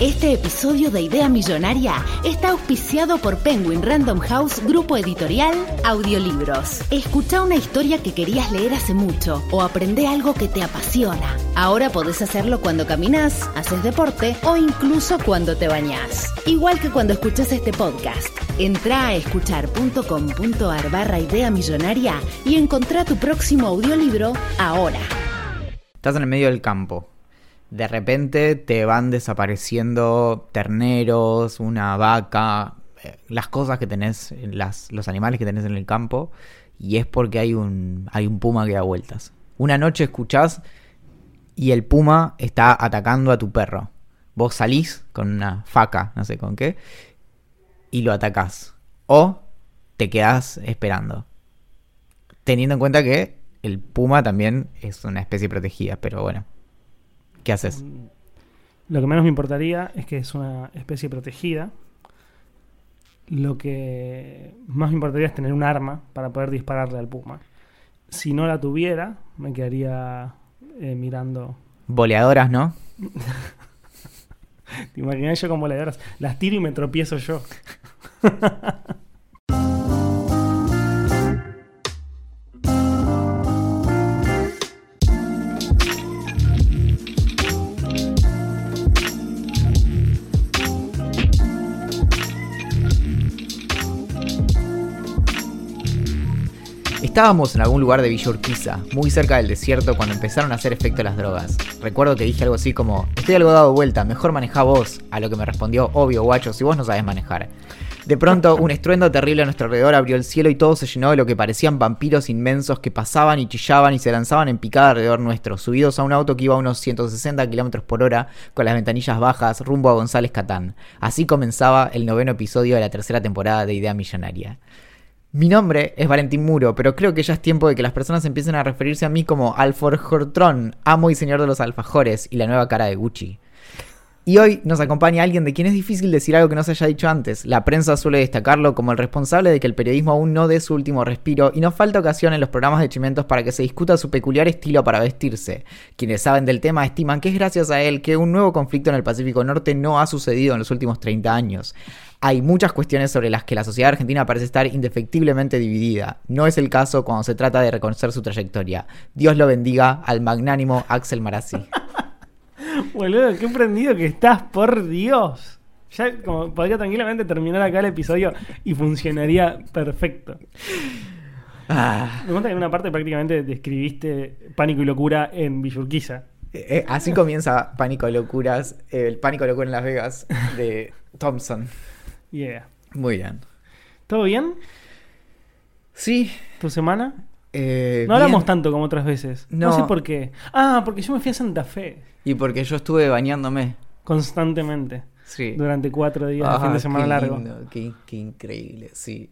Este episodio de Idea Millonaria está auspiciado por Penguin Random House, grupo editorial Audiolibros. Escucha una historia que querías leer hace mucho o aprende algo que te apasiona. Ahora podés hacerlo cuando caminás, haces deporte o incluso cuando te bañás. Igual que cuando escuchás este podcast. Entrá a escuchar.com.ar/idea millonaria y encontrá tu próximo audiolibro ahora. Estás en el medio del campo. De repente te van desapareciendo terneros, una vaca, las cosas que tenés, los animales que tenés en el campo, y es porque hay un puma que da vueltas. Una noche escuchás y el puma está atacando a tu perro. Vos salís con una faca, no sé con qué, y lo atacás. O te quedás esperando. Teniendo en cuenta que el puma también es una especie protegida, pero bueno. ¿Qué haces? Lo que menos me importaría es que es una especie protegida. Lo que más me importaría es tener un arma para poder dispararle al puma. Si no la tuviera, me quedaría mirando. Boleadoras, ¿no? ¿Te imaginas yo con boleadoras? Las tiro y me tropiezo yo. Estábamos en algún lugar de Villa Urquiza, muy cerca del desierto, cuando empezaron a hacer efecto las drogas. Recuerdo que dije algo así como: estoy algo dado vuelta, mejor manejá vos. A lo que me respondió: obvio, guacho, si vos no sabés manejar. De pronto, un estruendo terrible a nuestro alrededor abrió el cielo y todo se llenó de lo que parecían vampiros inmensos que pasaban y chillaban y se lanzaban en picada alrededor nuestro, subidos a un auto que iba a unos 160 km por hora, con las ventanillas bajas, rumbo a González Catán. Así comenzaba el 9º episodio de la 3ª temporada de Idea Millonaria. Mi nombre es Valentín Muro, pero creo que ya es tiempo de que las personas empiecen a referirse a mí como Alforjortrón, amo y señor de los alfajores y la nueva cara de Gucci. Y hoy nos acompaña alguien de quien es difícil decir algo que no se haya dicho antes. La prensa suele destacarlo como el responsable de que el periodismo aún no dé su último respiro y nos falta ocasión en los programas de Chimentos para que se discuta su peculiar estilo para vestirse. Quienes saben del tema estiman que es gracias a él que un nuevo conflicto en el Pacífico Norte no ha sucedido en los últimos 30 años. Hay muchas cuestiones sobre las que la sociedad argentina parece estar indefectiblemente dividida. No es el caso cuando se trata de reconocer su trayectoria. Dios lo bendiga al magnánimo Axel Marazzi. Boludo, qué prendido que estás, por Dios. Ya como podría tranquilamente terminar acá el episodio y funcionaría perfecto. Me cuenta que en una parte prácticamente describiste Pánico y Locura en Villa Urquiza. Así comienza Pánico y Locuras, el Pánico y Locura en Las Vegas de Thompson. Yeah. Muy bien. ¿Todo bien? Sí. ¿Tu semana? No hablamos tanto como otras veces. No sé por qué. Ah, porque yo me fui a Santa Fe. Y porque yo estuve bañándome. Constantemente. Sí. Durante 4 días de fin de semana largo. Lindo, qué increíble, sí.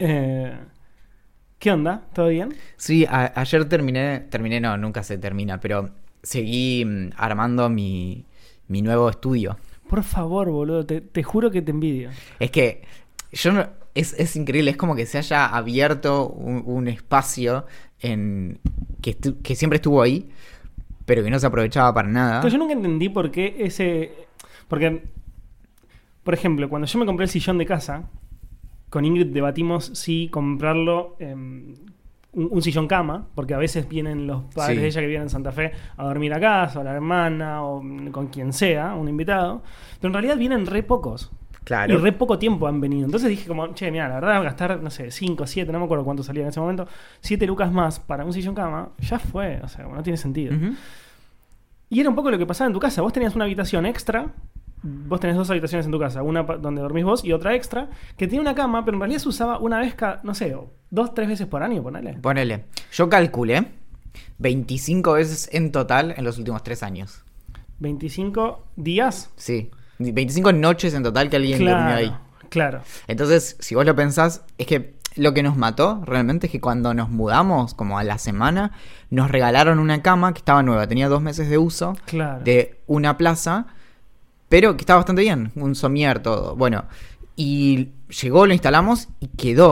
¿Qué onda? ¿Todo bien? Sí, ayer terminé, no, nunca se termina, pero seguí armando mi nuevo estudio. Por favor, boludo, te juro que te envidio. Es que yo no, es increíble, es como que se haya abierto un espacio que siempre estuvo ahí, pero que no se aprovechaba para nada. Pero yo nunca entendí por qué porque, por ejemplo, cuando yo me compré el sillón de casa, con Ingrid debatimos si comprarlo un sillón cama, porque a veces vienen los padres de ella que vienen en Santa Fe a dormir a casa, o la hermana, o con quien sea, un invitado, pero en realidad vienen re pocos. Claro. Y re poco tiempo han venido. Entonces dije como, che, mira, la verdad voy a gastar, no sé, 5, 7, no me acuerdo cuánto salía en ese momento, 7 lucas más para un sillón cama, ya fue, o sea, no tiene sentido. Uh-huh. Y era un poco lo que pasaba en tu casa. Vos tenías una habitación extra, vos tenés 2 habitaciones en tu casa, una donde dormís vos y otra extra, que tiene una cama, pero en realidad se usaba una vez cada, no sé, 2, 3 veces por año, ponele. Yo calculé 25 veces en total en los últimos 3 años. ¿25 días? Sí. 25 noches en total que alguien durmió ahí. Claro. Entonces, si vos lo pensás, es que lo que nos mató realmente es que cuando nos mudamos, como a la semana, nos regalaron una cama que estaba nueva, tenía 2 meses de uso, de una plaza, pero que estaba bastante bien, un somier todo. Bueno, y llegó, lo instalamos y quedó.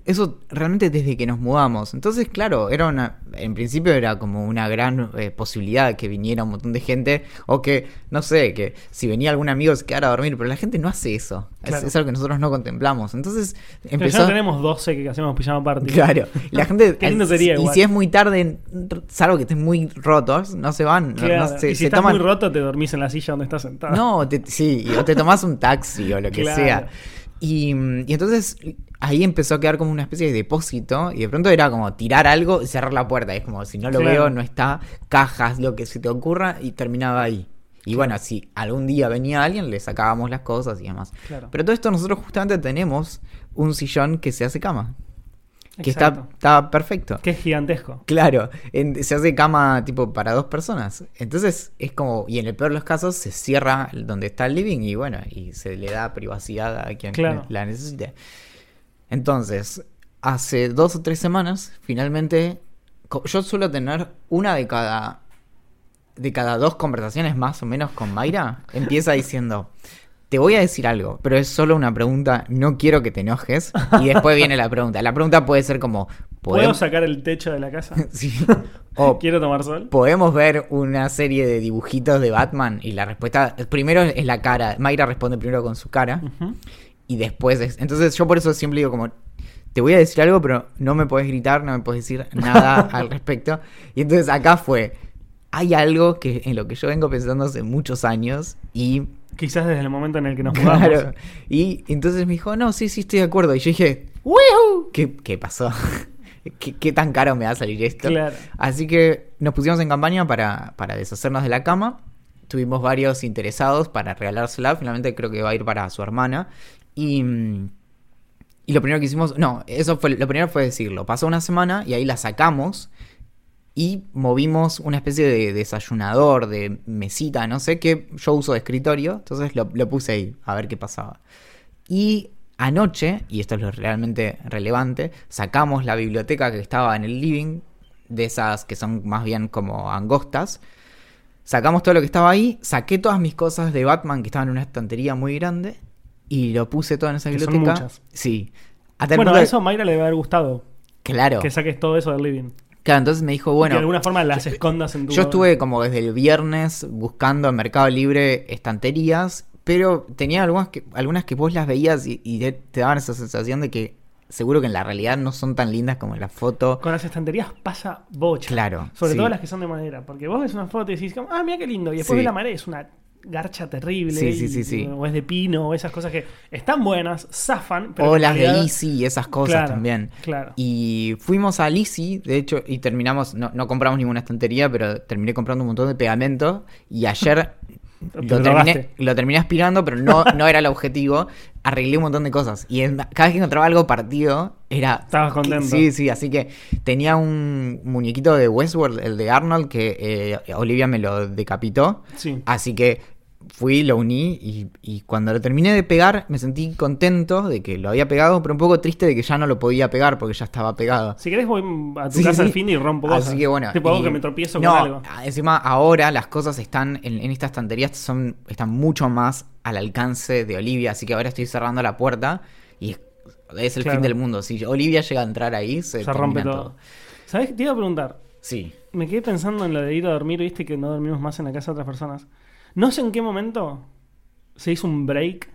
Eso realmente desde que nos mudamos. Entonces, claro, en principio era como una gran posibilidad que viniera un montón de gente, o que, no sé, que si venía algún amigo se quedara a dormir, pero la gente no hace eso. Claro. Es algo que nosotros no contemplamos. Entonces Pero empezó... ya tenemos 12 que hacemos pijama party. Claro, y la gente... Qué lindo sería y igual. si es muy tarde, salvo que estén muy rotos, no se van. Claro. No se, Y si se estás toman... muy roto, te dormís en la silla donde estás sentado. No, sí, o te tomás un taxi o lo que Claro. sea. Y entonces ahí empezó a quedar como una especie de depósito y de pronto era como tirar algo y cerrar la puerta. Es como si no lo Claro. veo, no está, cajas, lo que se te ocurra y terminaba ahí. Y bueno, si algún día venía alguien, le sacábamos las cosas y demás. Claro. Pero todo esto nosotros justamente tenemos un sillón que se hace cama. Que Exacto. está perfecto. Que es gigantesco. Claro, se hace cama tipo para 2 personas. Entonces es como, y en el peor de los casos se cierra donde está el living y bueno, y se le da privacidad a quien Claro. la necesite. Entonces, hace 2 o 3 semanas, finalmente, yo suelo tener una de cada 2 conversaciones más o menos con Mayra, empieza diciendo... Te voy a decir algo, pero es solo una pregunta, no quiero que te enojes. Y después viene la pregunta. La pregunta puede ser como... ¿Puedo sacar el techo de la casa? Sí. O ¿Quiero tomar sol? ¿podemos ver una serie de dibujitos de Batman? Y la respuesta primero es la cara. Mayra responde primero con su cara. Ujú. Y después... Entonces yo por eso siempre digo como... Te voy a decir algo, pero no me podés gritar, no me podés decir nada al respecto. Y entonces acá fue... Hay algo que en lo que yo vengo pensando hace muchos años y... Quizás desde el momento en el que nos mudamos. Claro. Y entonces me dijo, no, sí, estoy de acuerdo. Y yo dije, ¡Woo! ¿Qué pasó? ¿Qué tan caro me va a salir esto? Claro. Así que nos pusimos en campaña para deshacernos de la cama. Tuvimos varios interesados para regalársela. Finalmente creo que va a ir para su hermana. Y lo primero que hicimos... No, lo primero fue decirlo. Pasó una semana y ahí la sacamos... Y movimos una especie de desayunador, de mesita, no sé, que yo uso de escritorio. Entonces lo puse ahí, a ver qué pasaba. Y anoche, y esto es lo realmente relevante, sacamos la biblioteca que estaba en el living, de esas que son más bien como angostas. Sacamos todo lo que estaba ahí, saqué todas mis cosas de Batman que estaban en una estantería muy grande y lo puse todo en esa Que son biblioteca. muchas. Sí. Hasta el Bueno, punto a de- eso a Mayra le debe haber gustado. Claro. Que saques todo eso del living. Claro, entonces me dijo, Y que bueno... de alguna forma las escondas en tu... Yo estuve como desde el viernes buscando en Mercado Libre estanterías, pero tenía algunas que vos las veías y te daban esa sensación de que seguro que en la realidad no son tan lindas como en la foto. Con las estanterías pasa bocha. Claro, Sobre sí. todo las que son de madera. Porque vos ves una foto y decís, como, mira qué lindo. Y después Sí. ves la madera y es una garcha terrible. Sí. O es de pino, o esas cosas que están buenas, zafan. Pero O en las de realidad- Easy y esas cosas Claro, también. claro. Y fuimos a Easy, de hecho, y terminamos, no compramos ninguna estantería, pero terminé comprando un montón de pegamento. Y ayer Te lo drogaste. terminé aspirando, pero no era el objetivo. Arreglé un montón de cosas. Y cada vez que encontraba algo partido, era... Estabas contento. Sí, así que tenía un muñequito de Westworld, el de Arnold, que Olivia me lo decapitó. Sí. Así que fui, lo uní y cuando lo terminé de pegar me sentí contento de que lo había pegado, pero un poco triste de que ya no lo podía pegar porque ya estaba pegado. Si querés voy a tu Sí, casa sí. al fin y rompo cosas. Así que bueno. Tipo algo y- que me tropiezo no, con algo. encima ahora las cosas están en esta estantería están mucho más al alcance de Olivia, así que ahora estoy cerrando la puerta y es el Claro. fin del mundo. Si Olivia llega a entrar ahí, se rompe termina todo. ¿Sabés qué te iba a preguntar? Sí. Me quedé pensando en lo de ir a dormir, viste que no dormimos más en la casa de otras personas. No sé en qué momento se hizo un break.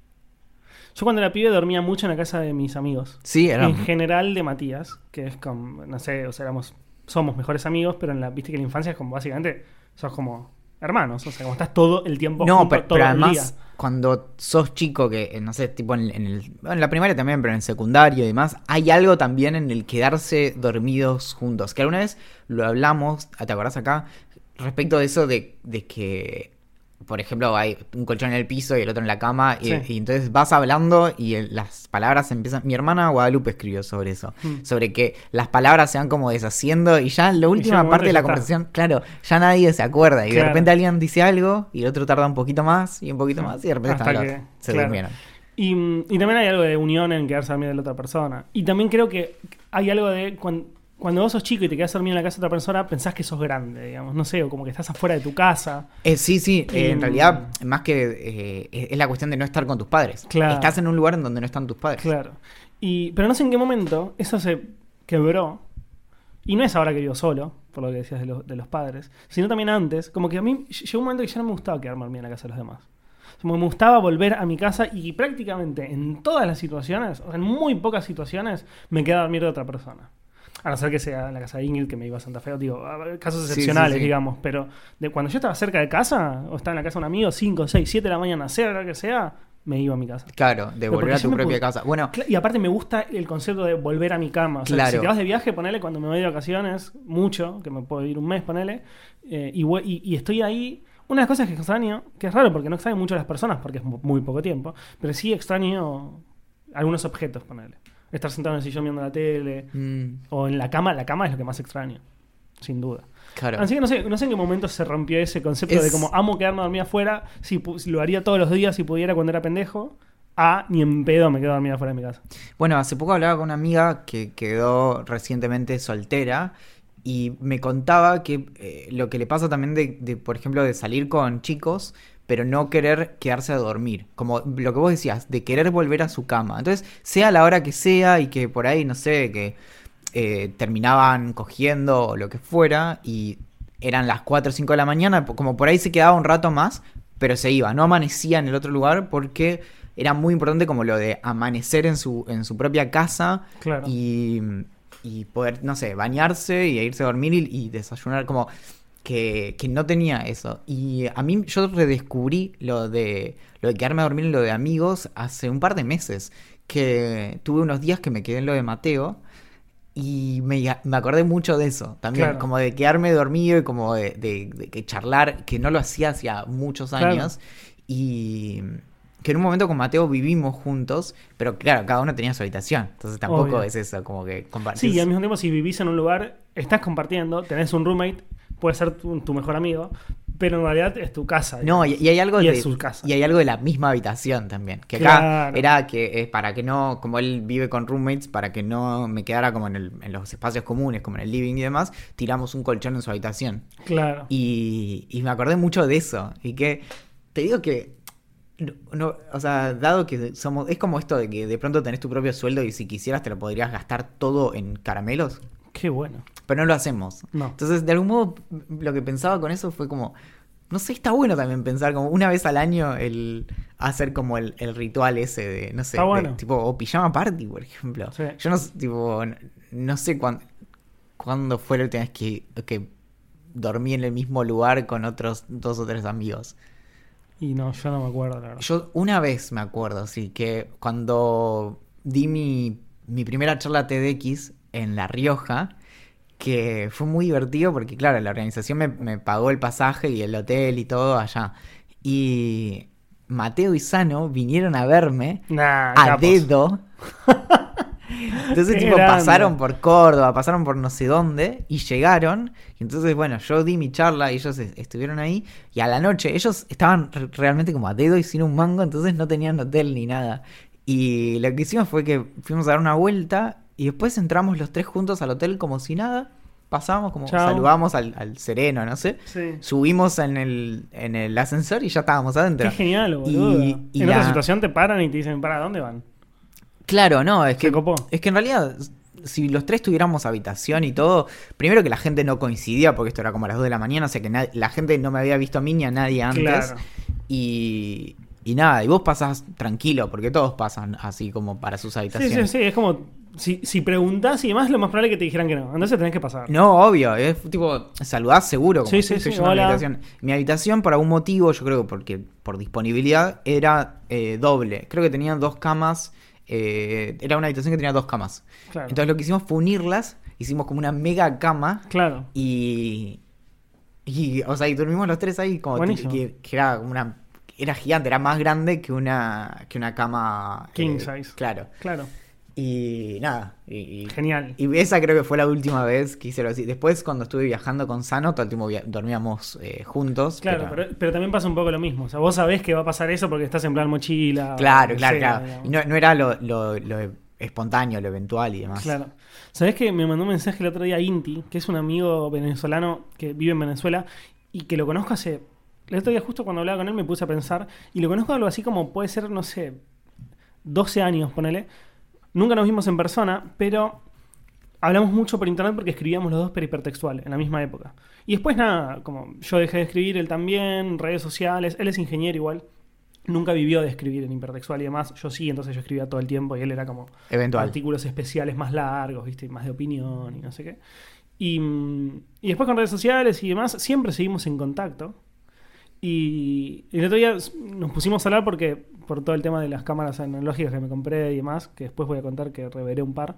Yo cuando era pibe dormía mucho en la casa de mis amigos. Sí, era... En general de Matías, que es como, no sé, o sea, somos mejores amigos, pero viste que la infancia es como básicamente, sos como hermanos, o sea, como estás todo el tiempo No, juntos, todo pero el día. además, cuando sos chico, que no sé, tipo en la primaria también, pero en el secundario y demás, hay algo también en el quedarse dormidos juntos. Que alguna vez lo hablamos, ¿te acordás acá? Respecto de eso de que, por ejemplo, hay un colchón en el piso y el otro en la cama, Sí. y entonces vas hablando y las palabras empiezan... Mi hermana Guadalupe escribió sobre eso, sobre que las palabras se van como deshaciendo y ya la última un parte de la momento ya está. conversación, claro, ya nadie se acuerda y de Claro. repente alguien dice algo y el otro tarda un poquito más y un poquito más y de repente Hasta están que- se claro. durmieron. Y también hay algo de unión en quedarse a dormir de la otra persona. Y también creo que hay algo de cuando cuando vos sos chico y te quedás dormido en la casa de otra persona, pensás que sos grande, digamos, no sé, o como que estás afuera de tu casa. Sí, en realidad, más que es la cuestión de no estar con tus padres. Claro. Estás en un lugar en donde no están tus padres. Claro. Pero no sé en qué momento eso se quebró. Y no es ahora que vivo solo, por lo que decías de los padres, sino también antes. Como que a mí llegó un momento que ya no me gustaba quedarme dormida en la casa de los demás. Como me gustaba volver a mi casa y prácticamente en todas las situaciones, o sea, en muy pocas situaciones, me quedaba a dormir de otra persona. A no ser que sea en la casa de Ingrid, que me iba a Santa Fe, digo, casos excepcionales, sí. digamos. Pero cuando yo estaba cerca de casa, o estaba en la casa de un amigo, 5, 6, 7 de la mañana, sea lo que sea, me iba a mi casa. Claro, de volver a tu propia casa. Bueno, y aparte me gusta el concepto de volver a mi cama. O sea, claro. Si te vas de viaje, ponele, cuando me voy de vacaciones, mucho, que me puedo ir un mes, ponele, y estoy ahí. Una de las cosas que extraño, que es raro porque no extraño mucho a las personas, porque es muy poco tiempo, pero sí extraño algunos objetos, ponele. Estar sentado en el sillón viendo la tele, o en la cama es lo que más extraño, sin duda. Claro. Así que no sé en qué momento se rompió ese concepto de como amo quedarme dormida afuera, si lo haría todos los días si pudiera cuando era pendejo, ni en pedo me quedo dormida fuera de mi casa. Bueno, hace poco hablaba con una amiga que quedó recientemente soltera y me contaba que lo que le pasa también de, por ejemplo, de salir con chicos, pero no querer quedarse a dormir. Como lo que vos decías, de querer volver a su cama. Entonces, sea la hora que sea y que por ahí, no sé, que terminaban cogiendo o lo que fuera y eran las 4 o 5 de la mañana, como por ahí se quedaba un rato más, pero se iba. No amanecía en el otro lugar porque era muy importante como lo de amanecer en su propia casa. Claro. Y poder, no sé, bañarse y irse a dormir y desayunar, como que no tenía eso. Y a mí, yo redescubrí lo de quedarme a dormir en lo de amigos hace un par de meses, que tuve unos días que me quedé en lo de Mateo y me acordé mucho de eso también, Claro. como de quedarme dormido y como de charlar, que no lo hacía hacía muchos años. Y que en un momento con Mateo vivimos juntos, pero claro, cada uno tenía su habitación, entonces tampoco Obvio. es eso, como que compartís. Sí, y al mismo tiempo si vivís en un lugar, estás compartiendo, tenés un roommate, puede ser tu mejor amigo, pero en realidad es tu casa. No, digamos. y hay algo Y de es su casa. y hay algo de la misma habitación también, que acá Claro. era que para que no, como él vive con roommates, para que no me quedara como en los espacios comunes, como en el living y demás, tiramos un colchón en su habitación. Claro. Y me acordé mucho de eso, y que te digo que no, o sea, dado que somos, es como esto de que de pronto tenés tu propio sueldo y si quisieras te lo podrías gastar todo en caramelos, Qué bueno. pero no lo hacemos. No. Entonces, de algún modo, lo que pensaba con eso fue como, no sé, está bueno también pensar como una vez al año el hacer como el ritual ese de, no sé, Está bueno. tipo, o pijama party, por ejemplo. Sí. Yo no sé cuándo fue la última vez que dormí en el mismo lugar con otros 2 o 3 amigos. Y no, yo no me acuerdo, la verdad. Yo una vez me acuerdo, sí, que cuando di mi primera charla TEDx en La Rioja, que fue muy divertido porque, claro, la organización me pagó el pasaje y el hotel y todo allá. Y Mateo y Sano vinieron a verme Nah, a capos. dedo. Entonces, Qué tipo, grande. pasaron por Córdoba, pasaron por no sé dónde y llegaron. Y entonces, bueno, yo di mi charla y ellos estuvieron ahí. Y a la noche, ellos estaban realmente como a dedo y sin un mango, entonces no tenían hotel ni nada. Y lo que hicimos fue que fuimos a dar una vuelta y después entramos los 3 juntos al hotel como si nada. Pasamos, como Chao. saludamos al sereno, no sé. Sí. Subimos en el ascensor y ya estábamos adentro. Qué genial, boludo. Y En otra situación te paran y te dicen, ¿para dónde van? Claro, no, es Se que copó. en realidad, si los 3 tuviéramos habitación y todo, primero que la gente no coincidía, porque esto era como a las 2 de la mañana, o sea que la gente no me había visto a mí ni a nadie antes. Claro. Y nada, y vos pasás tranquilo, porque todos pasan así como para sus Sí, habitaciones. sí, sí. Es como, si preguntás y demás, lo más probable es que te dijeran que no. Entonces tenés que pasar. No, obvio, es tipo, saludás seguro. Como Sí, si sí, estoy sí, yendo a mi hola. habitación. Mi habitación, por algún motivo, yo creo que porque por disponibilidad, era doble. Creo que tenían 2 camas. Era una habitación que tenía 2 camas. Claro. Entonces lo que hicimos fue unirlas, hicimos como una mega cama Claro. y o sea, y dormimos los 3 ahí como Buenísimo. que era una, era gigante, era más grande que una cama King size. Claro. Claro. Y nada, Genial. y esa creo que fue la última vez que hice algo así. Después, cuando estuve viajando con Sano, todo el tiempo dormíamos juntos. Claro, pero también pasa un poco lo mismo. O sea, vos sabés que va a pasar eso porque estás en plan mochila. Claro, o claro, sea, claro. digamos. Y no era lo espontáneo, lo eventual y demás. Claro. ¿Sabés que me mandó un mensaje el otro día Inti, que es un amigo venezolano que vive en Venezuela y que lo conozco hace... El otro día justo cuando hablaba con él me puse a pensar y lo conozco algo así como puede ser, no sé, 12 años, ponele. Nunca nos vimos en persona, pero hablamos mucho por internet porque escribíamos los dos per hipertextual en la misma época. Y después nada, como yo dejé de escribir, él también, redes sociales, él es ingeniero igual. Nunca vivió de escribir en hipertextual y demás. Yo sí, entonces yo escribía todo el tiempo y él era como eventual. Artículos especiales más largos, ¿viste? Más de opinión y no sé qué. Y después con redes sociales y demás, siempre seguimos en contacto. Y el otro día nos pusimos a hablar por todo el tema de las cámaras analógicas que me compré y demás, que después voy a contar que reveré un par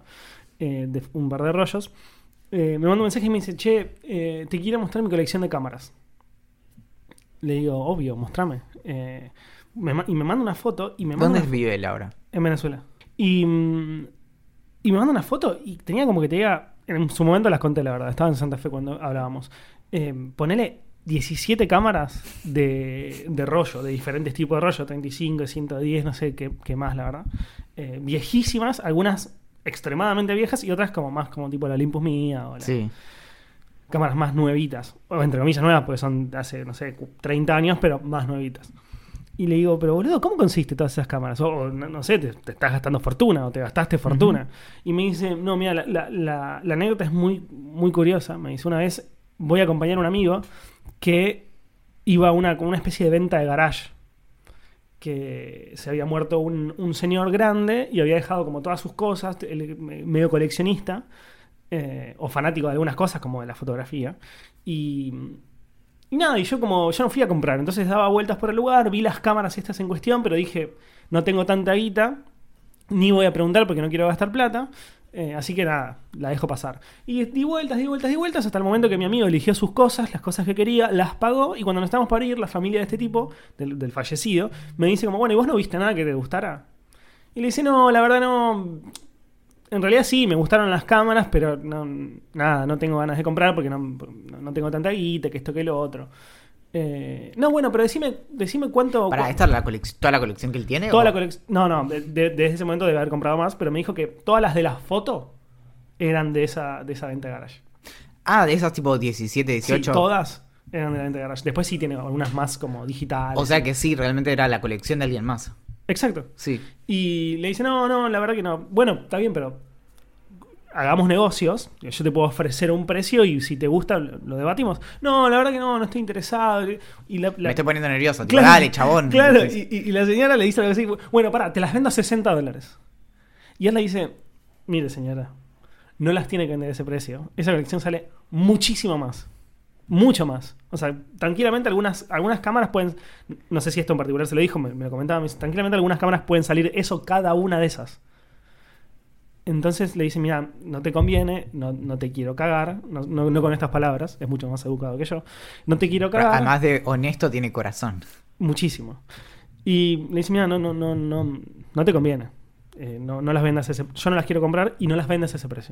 de rollos. Me manda un mensaje y me dice, che, te quiero mostrar mi colección de cámaras. Le digo, obvio, mostrame. Y me manda una foto y me manda... ¿Dónde vive él ahora? En Venezuela. Y me manda una foto y tenía como que te diga... En su momento las conté, la verdad. Estaba en Santa Fe cuando hablábamos. Ponele 17 cámaras de rollo, de diferentes tipos de rollo. 35, 110, no sé qué más, la verdad. Viejísimas, algunas extremadamente viejas y otras como más como tipo la Olympus Mia o Sí. cámaras más nuevitas. O entre comillas nuevas porque son de hace, no sé, 30 años, pero más nuevitas. Y le digo, pero boludo, ¿cómo conseguiste todas esas cámaras? O no sé, te estás gastando fortuna o te gastaste fortuna. Uh-huh. Y me dice, no, mira, la anécdota es muy, muy curiosa. Me dice, una vez voy a acompañar a un amigo que iba a como una especie de venta de garage. Que se había muerto un señor grande y había dejado como todas sus cosas, medio coleccionista, o fanático de algunas cosas como de la fotografía. Y nada, y yo no fui a comprar, entonces daba vueltas por el lugar, vi las cámaras estas en cuestión, pero dije, no tengo tanta guita, ni voy a preguntar porque no quiero gastar plata, así que nada, la dejo pasar. Y di vueltas, hasta el momento que mi amigo eligió sus cosas, las cosas que quería, las pagó, y cuando nos estábamos para ir, la familia de este tipo, del fallecido, me dice como, bueno, ¿y vos no viste nada que te gustara? Y le dice, no, la verdad no... En realidad sí, me gustaron las cámaras, pero no tengo ganas de comprar porque no tengo tanta guita, que esto que lo otro. No, bueno, pero decime cuánto... ¿Para esta es toda la colección que él tiene? Toda la colección... No, desde ese momento debe haber comprado más, pero me dijo que todas las de las fotos eran de esa venta de garage. Ah, de esas tipo 17, 18. Sí, todas eran de la venta de garage. Después sí tiene algunas más como digitales. O sea que sí, realmente era la colección de alguien más. Exacto. Sí. Y le dice, no, la verdad que no. Bueno, está bien, pero hagamos negocios. Yo te puedo ofrecer un precio y si te gusta lo debatimos. No, la verdad que no estoy interesado. Y me estoy poniendo nervioso. Claro, dale, chabón. Claro, y la señora le dice algo así. Bueno, pará, te las vendo a $60. Y él le dice, mire señora, no las tiene que vender a ese precio. Esa colección sale muchísimo más. Mucho más. O sea, tranquilamente algunas cámaras pueden... No sé si esto en particular se lo dijo, me lo comentaba. Me dice, tranquilamente algunas cámaras pueden salir eso cada una de esas. Entonces le dice, mira, no te conviene, no te quiero cagar. No con estas palabras, es mucho más educado que yo. No te quiero cagar. Pero además de honesto, tiene corazón. Muchísimo. Y le dice, mira, no te conviene. No las vendas yo no las quiero comprar y no las vendas a ese precio.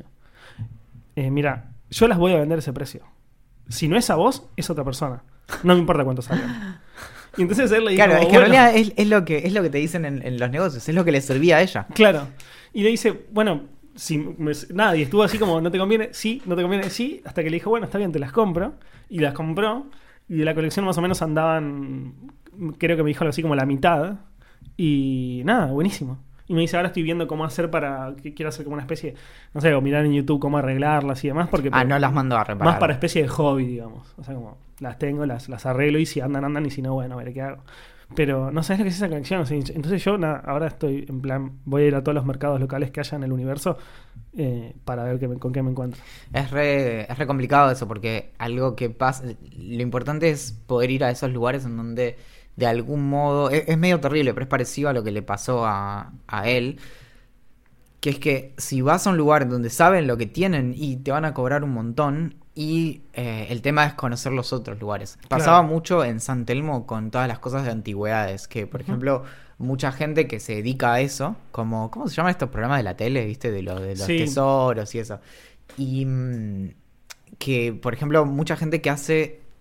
Mira, yo las voy a vender a ese precio. Si no es a vos, es otra persona. No me importa cuánto salgan. Y entonces él le dijo... Claro, es que en realidad es lo que te dicen en los negocios. Es lo que le servía a ella. Claro. Y le dice, bueno, nada, y estuvo así como, ¿no te conviene? Sí, no te conviene, sí. Hasta que le dijo, bueno, está bien, te las compro. Y las compró. Y de la colección más o menos andaban, creo que me dijo algo así como la mitad. Y nada, buenísimo. Y me dice, ahora estoy viendo cómo hacer quiero hacer como una especie, no sé, o mirar en YouTube cómo arreglarlas y demás, porque... no las mando a reparar. Más para especie de hobby, digamos. O sea, como las tengo, las arreglo y si andan, y si no, bueno, a ver qué hago. Pero no sabes lo que es esa conexión. O sea, entonces yo ahora estoy en plan, voy a ir a todos los mercados locales que haya en el universo para ver con qué me encuentro. Es re complicado eso, porque algo que pasa, lo importante es poder ir a esos lugares en donde... de algún modo, es medio terrible, pero es parecido a lo que le pasó a él, que es que si vas a un lugar donde saben lo que tienen y te van a cobrar un montón, y el tema es conocer los otros lugares. Pasaba mucho en San Telmo con todas las cosas de antigüedades, que por ejemplo, mucha gente que se dedica a eso, como, ¿cómo se llaman estos programas de la tele, viste? De los tesoros y eso. Y que, por ejemplo, mucha gente que hace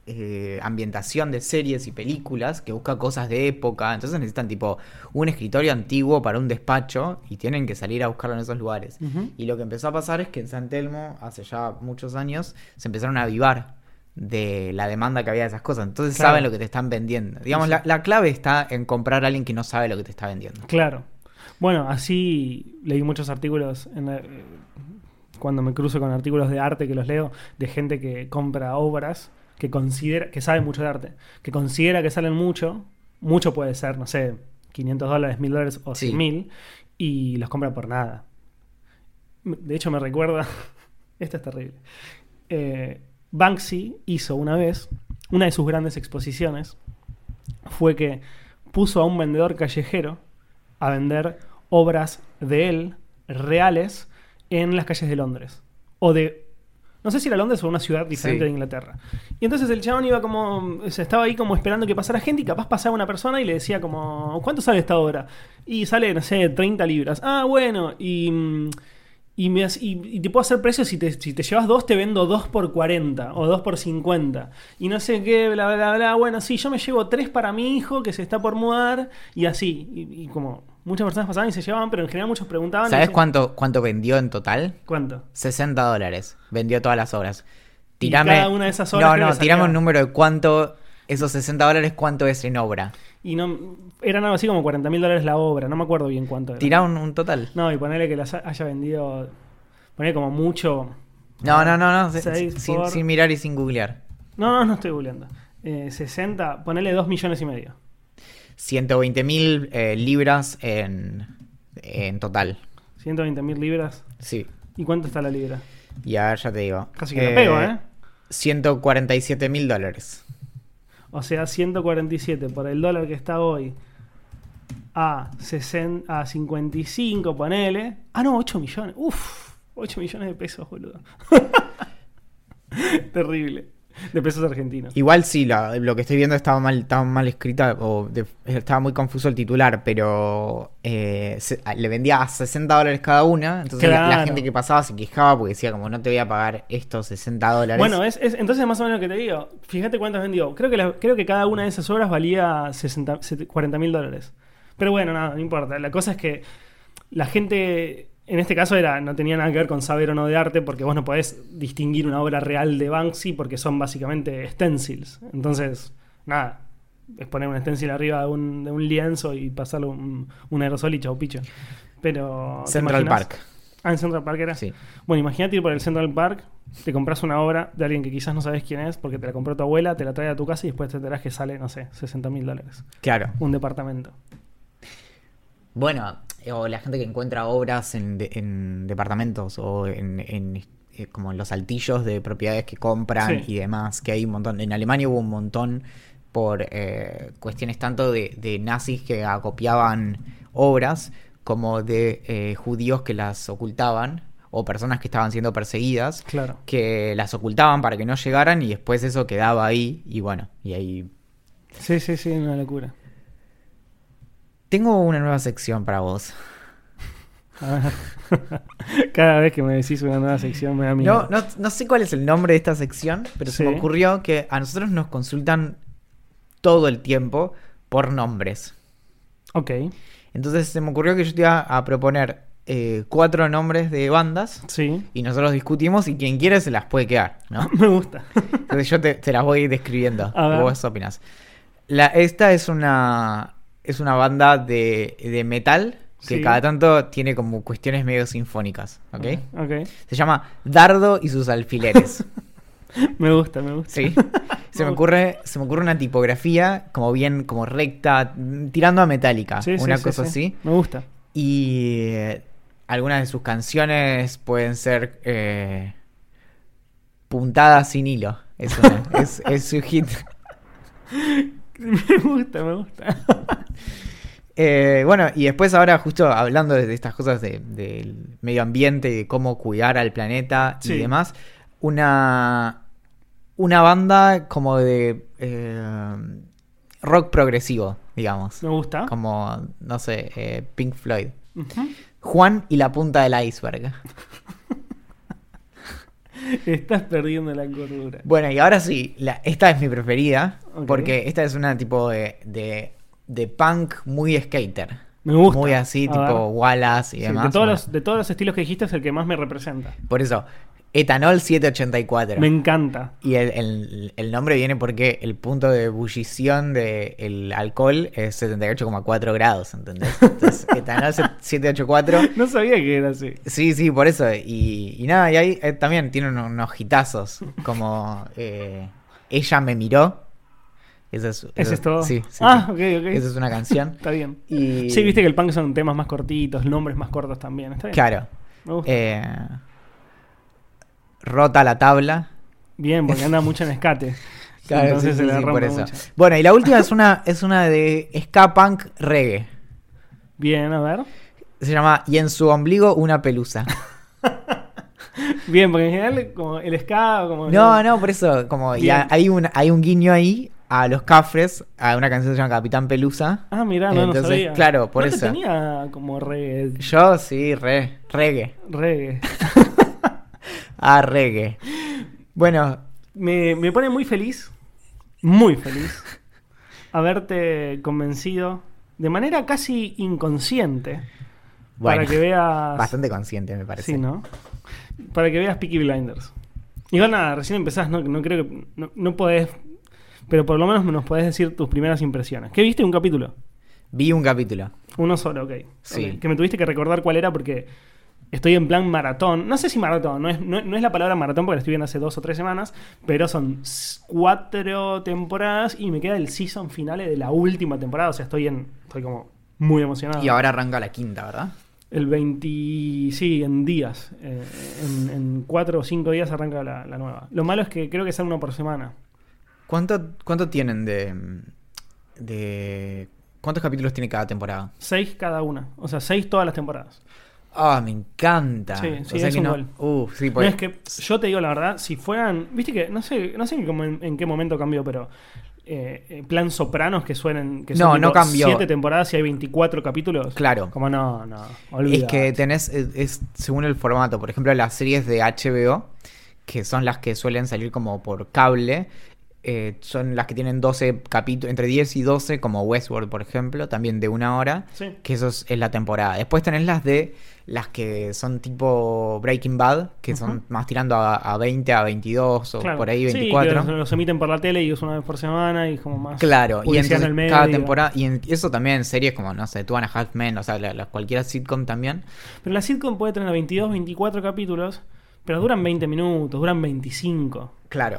ambientación de series y películas, que busca cosas de época. Entonces necesitan tipo un escritorio antiguo para un despacho y tienen que salir a buscarlo en esos lugares. Y lo que empezó a pasar es que en San Telmo, hace ya muchos años, se empezaron a avivar de la demanda que había de esas cosas. Entonces saben lo que te están vendiendo. Digamos, la clave está en comprar a alguien que no sabe lo que te está vendiendo. Claro. Bueno, así leí muchos artículos cuando me cruzo con artículos de arte que los leo, de gente que compra obras que considera, que sabe mucho de arte, que considera que salen mucho puede ser, no sé, $500, $1,000 o Sí. 100.000, y los compra por nada. De hecho me recuerda, esto es terrible, Banksy hizo una vez, una de sus grandes exposiciones fue que puso a un vendedor callejero a vender obras de él, reales, en las calles de Londres. O de... No sé si era Londres o una ciudad diferente de Inglaterra. Y entonces el chabón iba como... O sea, estaba ahí como esperando que pasara gente y capaz pasaba una persona y le decía como... ¿Cuánto sale esta obra? Y sale, no sé, 30 libras. Ah, bueno. Y te puedo hacer precios si te llevas 2 te vendo 2 por 40 o 2 por 50 y no sé qué, bla, bla, bla. Bueno, sí, yo me llevo 3 para mi hijo que se está por mudar y así. Y como muchas personas pasaban y se llevaban, pero en general muchos preguntaban. ¿Sabes cuánto vendió en total? ¿Cuánto? $60. Vendió todas las obras. Y cada una de esas obras creo que tirame salía- un número de cuánto, esos $60, cuánto es en obra. Y no eran algo así como $40.000 la obra, no me acuerdo bien cuánto era. Tirá un total. No, y ponerle que las haya vendido, ponerle como mucho. No. Seis por- Sin mirar y sin googlear. No estoy googleando. 60, ponerle 2,5 millones. 120.000 libras en total. 120.000 libras. Sí. ¿Y cuánto está la libra? Y a ver, ya te digo. Casi que lo pego, ¿eh? $147.000. O sea, 147 por el dólar que está hoy a 55, ponele. Ah, no, 8 millones. Uf, 8 millones de pesos, boludo. Terrible. De pesos argentinos. Igual sí, lo que estoy viendo estaba mal escrita, estaba muy confuso el titular, pero le vendía a $60 cada una, entonces la Claro. gente que pasaba se quejaba porque decía como no te voy a pagar estos $60. Bueno, entonces más o menos lo que te digo. Fíjate cuántas vendió. Creo que cada una de esas obras valía $40.000. Pero bueno, nada, no importa. La cosa es que la gente, en este caso no tenía nada que ver con saber o no de arte, porque vos no podés distinguir una obra real de Banksy porque son básicamente stencils. Entonces, nada, es poner un stencil arriba de un lienzo y pasarle un aerosol y chau picho. Pero ¿te Central imaginas? Park. Ah, en Central Park era. Sí. Bueno, imagínate ir por el Central Park, te compras una obra de alguien que quizás no sabes quién es porque te la compró tu abuela, te la trae a tu casa y después te enterás que sale, no sé, $60.000. Claro. Un departamento. Bueno, o la gente que encuentra obras en departamentos o como en los altillos de propiedades que compran Sí. y demás, que hay un montón. En Alemania hubo un montón por cuestiones tanto de nazis que acopiaban obras como de judíos que las ocultaban o personas que estaban siendo perseguidas, Claro. que las ocultaban para que no llegaran y después eso quedaba ahí y bueno, y ahí... Sí, una locura. Tengo una nueva sección para vos. A ver. Cada vez que me decís una nueva sección me da miedo. No sé cuál es el nombre de esta sección, pero se Sí. me ocurrió que a nosotros nos consultan todo el tiempo por nombres. Ok, Entonces se me ocurrió que yo te iba a proponer 4 nombres de bandas sí. y nosotros discutimos y quien quiere se las puede quedar, ¿no? Me gusta. Entonces yo te las voy describiendo. A ver. ¿Vos opinás? Esta es una banda de metal que Sí. cada tanto tiene como cuestiones medio sinfónicas, ¿ok? Ok. Se llama Dardo y sus alfileres. Me gusta. Sí. Se me ocurre una tipografía como bien, como recta, tirando a metálica, Sí, una sí, cosa sí. así. Me gusta. Y algunas de sus canciones pueden ser Puntadas sin hilo. Es su hit. Me gusta. Bueno, y después ahora justo hablando de estas cosas del medio ambiente y de cómo cuidar al planeta Sí. y demás, una banda como de rock progresivo, digamos. Me gusta. Como, no sé, Pink Floyd. Ujú. Juan y la punta del iceberg. Estás perdiendo la cordura. Bueno, y ahora sí, esta es mi preferida. Ok. Porque esta es una tipo de punk muy skater. Me gusta. Muy así, A tipo ver. Wallace y Sí, demás. de todos los estilos que dijiste es el que más me representa. Por eso, Etanol 784. Me encanta. Y el nombre viene porque el punto de ebullición del alcohol es 78,4 grados, ¿entendés? Entonces, Etanol 784. No sabía que era así. Sí, por eso. Y nada, y ahí también tiene unos hitazos. Como Ella me miró. ¿Ese es todo? Sí. Ah, sí. ok. Esa es una canción. Está bien. Y, Sí, viste que el punk son temas más cortitos, nombres más cortos también. Está bien. Claro. Me gusta. Rota la tabla. Bien, porque anda mucho en escate. Claro, Entonces sí, se le por rompe eso. mucho. Bueno, y la última es una de ska punk reggae. Bien, a ver. Se llama Y en su ombligo una pelusa. Bien, porque en general como el ska... Como No, por eso, como Bien. hay un guiño ahí a los Cafres, a una canción que se llama Capitán Pelusa. Ah, mirá, no Entonces, sabía. claro, por ¿No te eso. tenía como reggae. Yo sí, reggae. Reggae. Reggae. Bueno, Me pone muy feliz, haberte convencido de manera casi inconsciente bueno, para que veas... bastante consciente me parece. Sí, ¿no? Para que veas Peaky Blinders. Igual nada, recién empezás, no creo que... No podés... Pero por lo menos nos podés decir tus primeras impresiones. ¿Qué viste? ¿Un capítulo? Vi un capítulo. Uno solo, ok. Sí. Ok. Que me tuviste que recordar cuál era porque estoy en plan maratón. No sé si maratón, no es la palabra maratón porque la estoy viendo hace 2 o 3 semanas, pero son 4 temporadas y me queda el season finale de la última temporada. O sea, estoy como muy emocionado. Y ahora arranca la quinta, ¿verdad? El 20... Sí, en días. En 4 o 5 días arranca la nueva. Lo malo es que creo que sale uno por semana. ¿Cuánto tienen de... ¿Cuántos capítulos tiene cada temporada? 6 cada una. O sea, 6 todas las temporadas. Me encanta. Sí, O sea es que un no. gol. Sí, No, pues. es que yo te digo la verdad, si fueran... Viste que, no sé en qué momento cambió, pero... plan Sopranos que suenen... Que son No cambió. 7 temporadas y hay 24 capítulos. Claro. Como no, Es olvídate. que tenés, es según el formato. Por ejemplo, las series de HBO, que son las que suelen salir como por cable, son las que tienen 12 capítulos, entre 10 y 12, como Westworld, por ejemplo, también de 1 hora, Sí. que eso es la temporada. Después tenés las que son tipo Breaking Bad, que son más tirando a 20, a 22 o Claro. por ahí Sí, 24. que los emiten por la tele y es una vez por semana y como más... Claro, y publicidad entonces en el medio. cada temporada, y eso también, series como, no sé, Two and a Half Men, o sea, cualquier sitcom también. Pero la sitcom puede tener 22, 24 capítulos, pero duran 20 minutos, duran 25. Claro.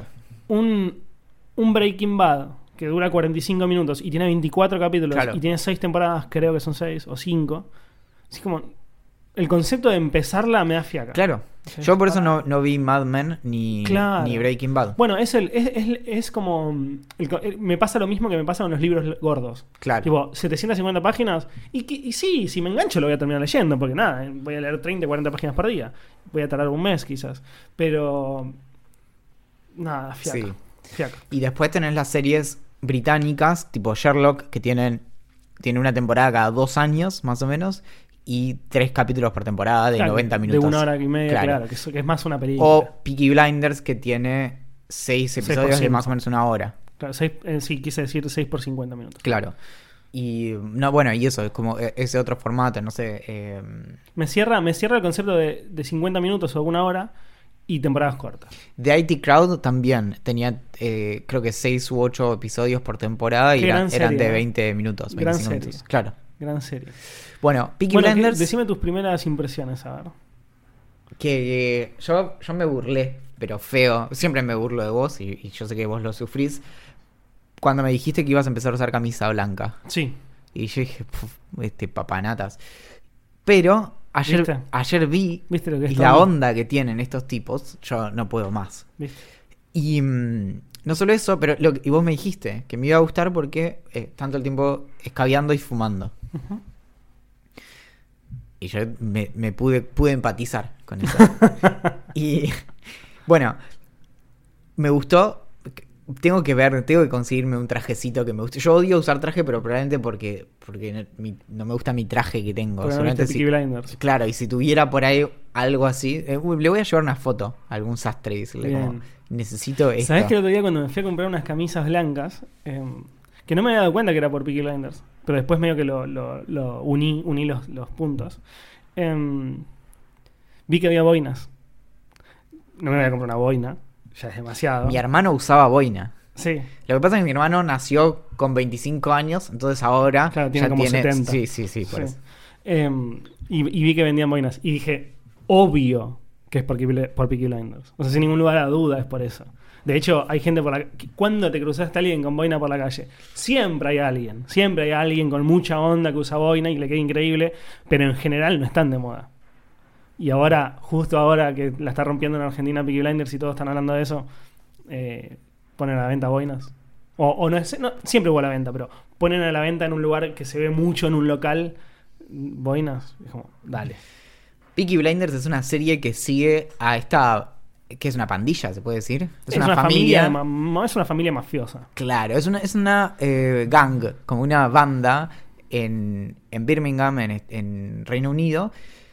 Un Breaking Bad que dura 45 minutos y tiene 24 capítulos Claro. y tiene 6 temporadas, creo que son 6 o 5. Así como el concepto de empezarla me da fiaca. Claro. Sí. Yo por eso no vi Mad Men ni Breaking Bad. Bueno, es como... me pasa lo mismo que me pasa con los libros gordos. Claro. Tipo, 750 páginas. Y sí, si me engancho lo voy a terminar leyendo, porque nada, voy a leer 30, 40 páginas por día. Voy a tardar un mes quizás. Pero... Nada, fiaca. Sí. Fiaca. Y después tenés las series británicas, tipo Sherlock, que tiene una temporada cada 2 años, más o menos, y 3 capítulos por temporada de Claro, 90 minutos. De 1 hora y media, claro, que es más una película. O Peaky Blinders, que tiene 6 episodios de 6%. más o menos 1 hora. Claro, sí, quise decir 6 por 50 minutos. Claro. Y no, bueno, y eso, es como ese otro formato, no sé. Me cierra el concepto de 50 minutos o 1 hora y temporadas cortas. The IT Crowd también tenía, creo que 6 u 8 episodios por temporada y Qué gran eran serie, de ¿no? 20 minutos, 25 Gran minutos. serie. Claro. Gran serie. Bueno, Peaky Bueno, Blinders, decime tus primeras impresiones, a ver. que yo me burlé, pero feo. Siempre me burlo de vos y yo sé que vos lo sufrís. Cuando me dijiste que ibas a empezar a usar camisa blanca. Sí. Y yo dije, papanatas. Pero ¿Viste? ayer vi ¿Viste lo que es y la todo? onda que tienen estos tipos, yo no puedo más. ¿Viste? Y no solo eso, pero y vos me dijiste que me iba a gustar porque tanto el tiempo escabeando y fumando. Ujú. Y yo me pude empatizar con eso. Y bueno, me gustó. tengo que conseguirme un trajecito que me guste. Yo odio usar traje, pero probablemente porque no me gusta mi traje que tengo. Porque no viste Peaky Blinders. Claro, y si tuviera por ahí algo así, le voy a llevar una foto a algún sastre y decirle como, necesito esto. ¿Sabés que el otro día cuando me fui a comprar unas camisas blancas, que no me había dado cuenta que era por Peaky Blinders, pero después medio que lo uní los puntos, vi que había boinas. No me voy a comprar una boina, ya es demasiado. Mi hermano usaba boina. Sí. Lo que pasa es que mi hermano nació con 25 años, entonces ahora claro, tiene como 70. Sí, por eso. Y vi que vendían boinas. Y dije, obvio que es por Peaky Blinders. O sea, sin ningún lugar a duda es por eso. De hecho, hay gente por la calle. ¿Cuándo te cruzaste a alguien con boina por la calle? Siempre hay alguien con mucha onda que usa boina y le queda increíble, pero en general no están de moda. Y ahora, justo ahora que la está rompiendo en Argentina Peaky Blinders y todos están hablando de eso, ponen a la venta boinas. O no, siempre hubo a la venta, pero ponen a la venta en un lugar que se ve mucho en un local boinas. Es como, dale. Peaky Blinders es una serie que sigue a esta... que es una pandilla, se puede decir. Es una familia es una familia mafiosa. Claro, es una gang, como una banda en Birmingham, en Reino Unido,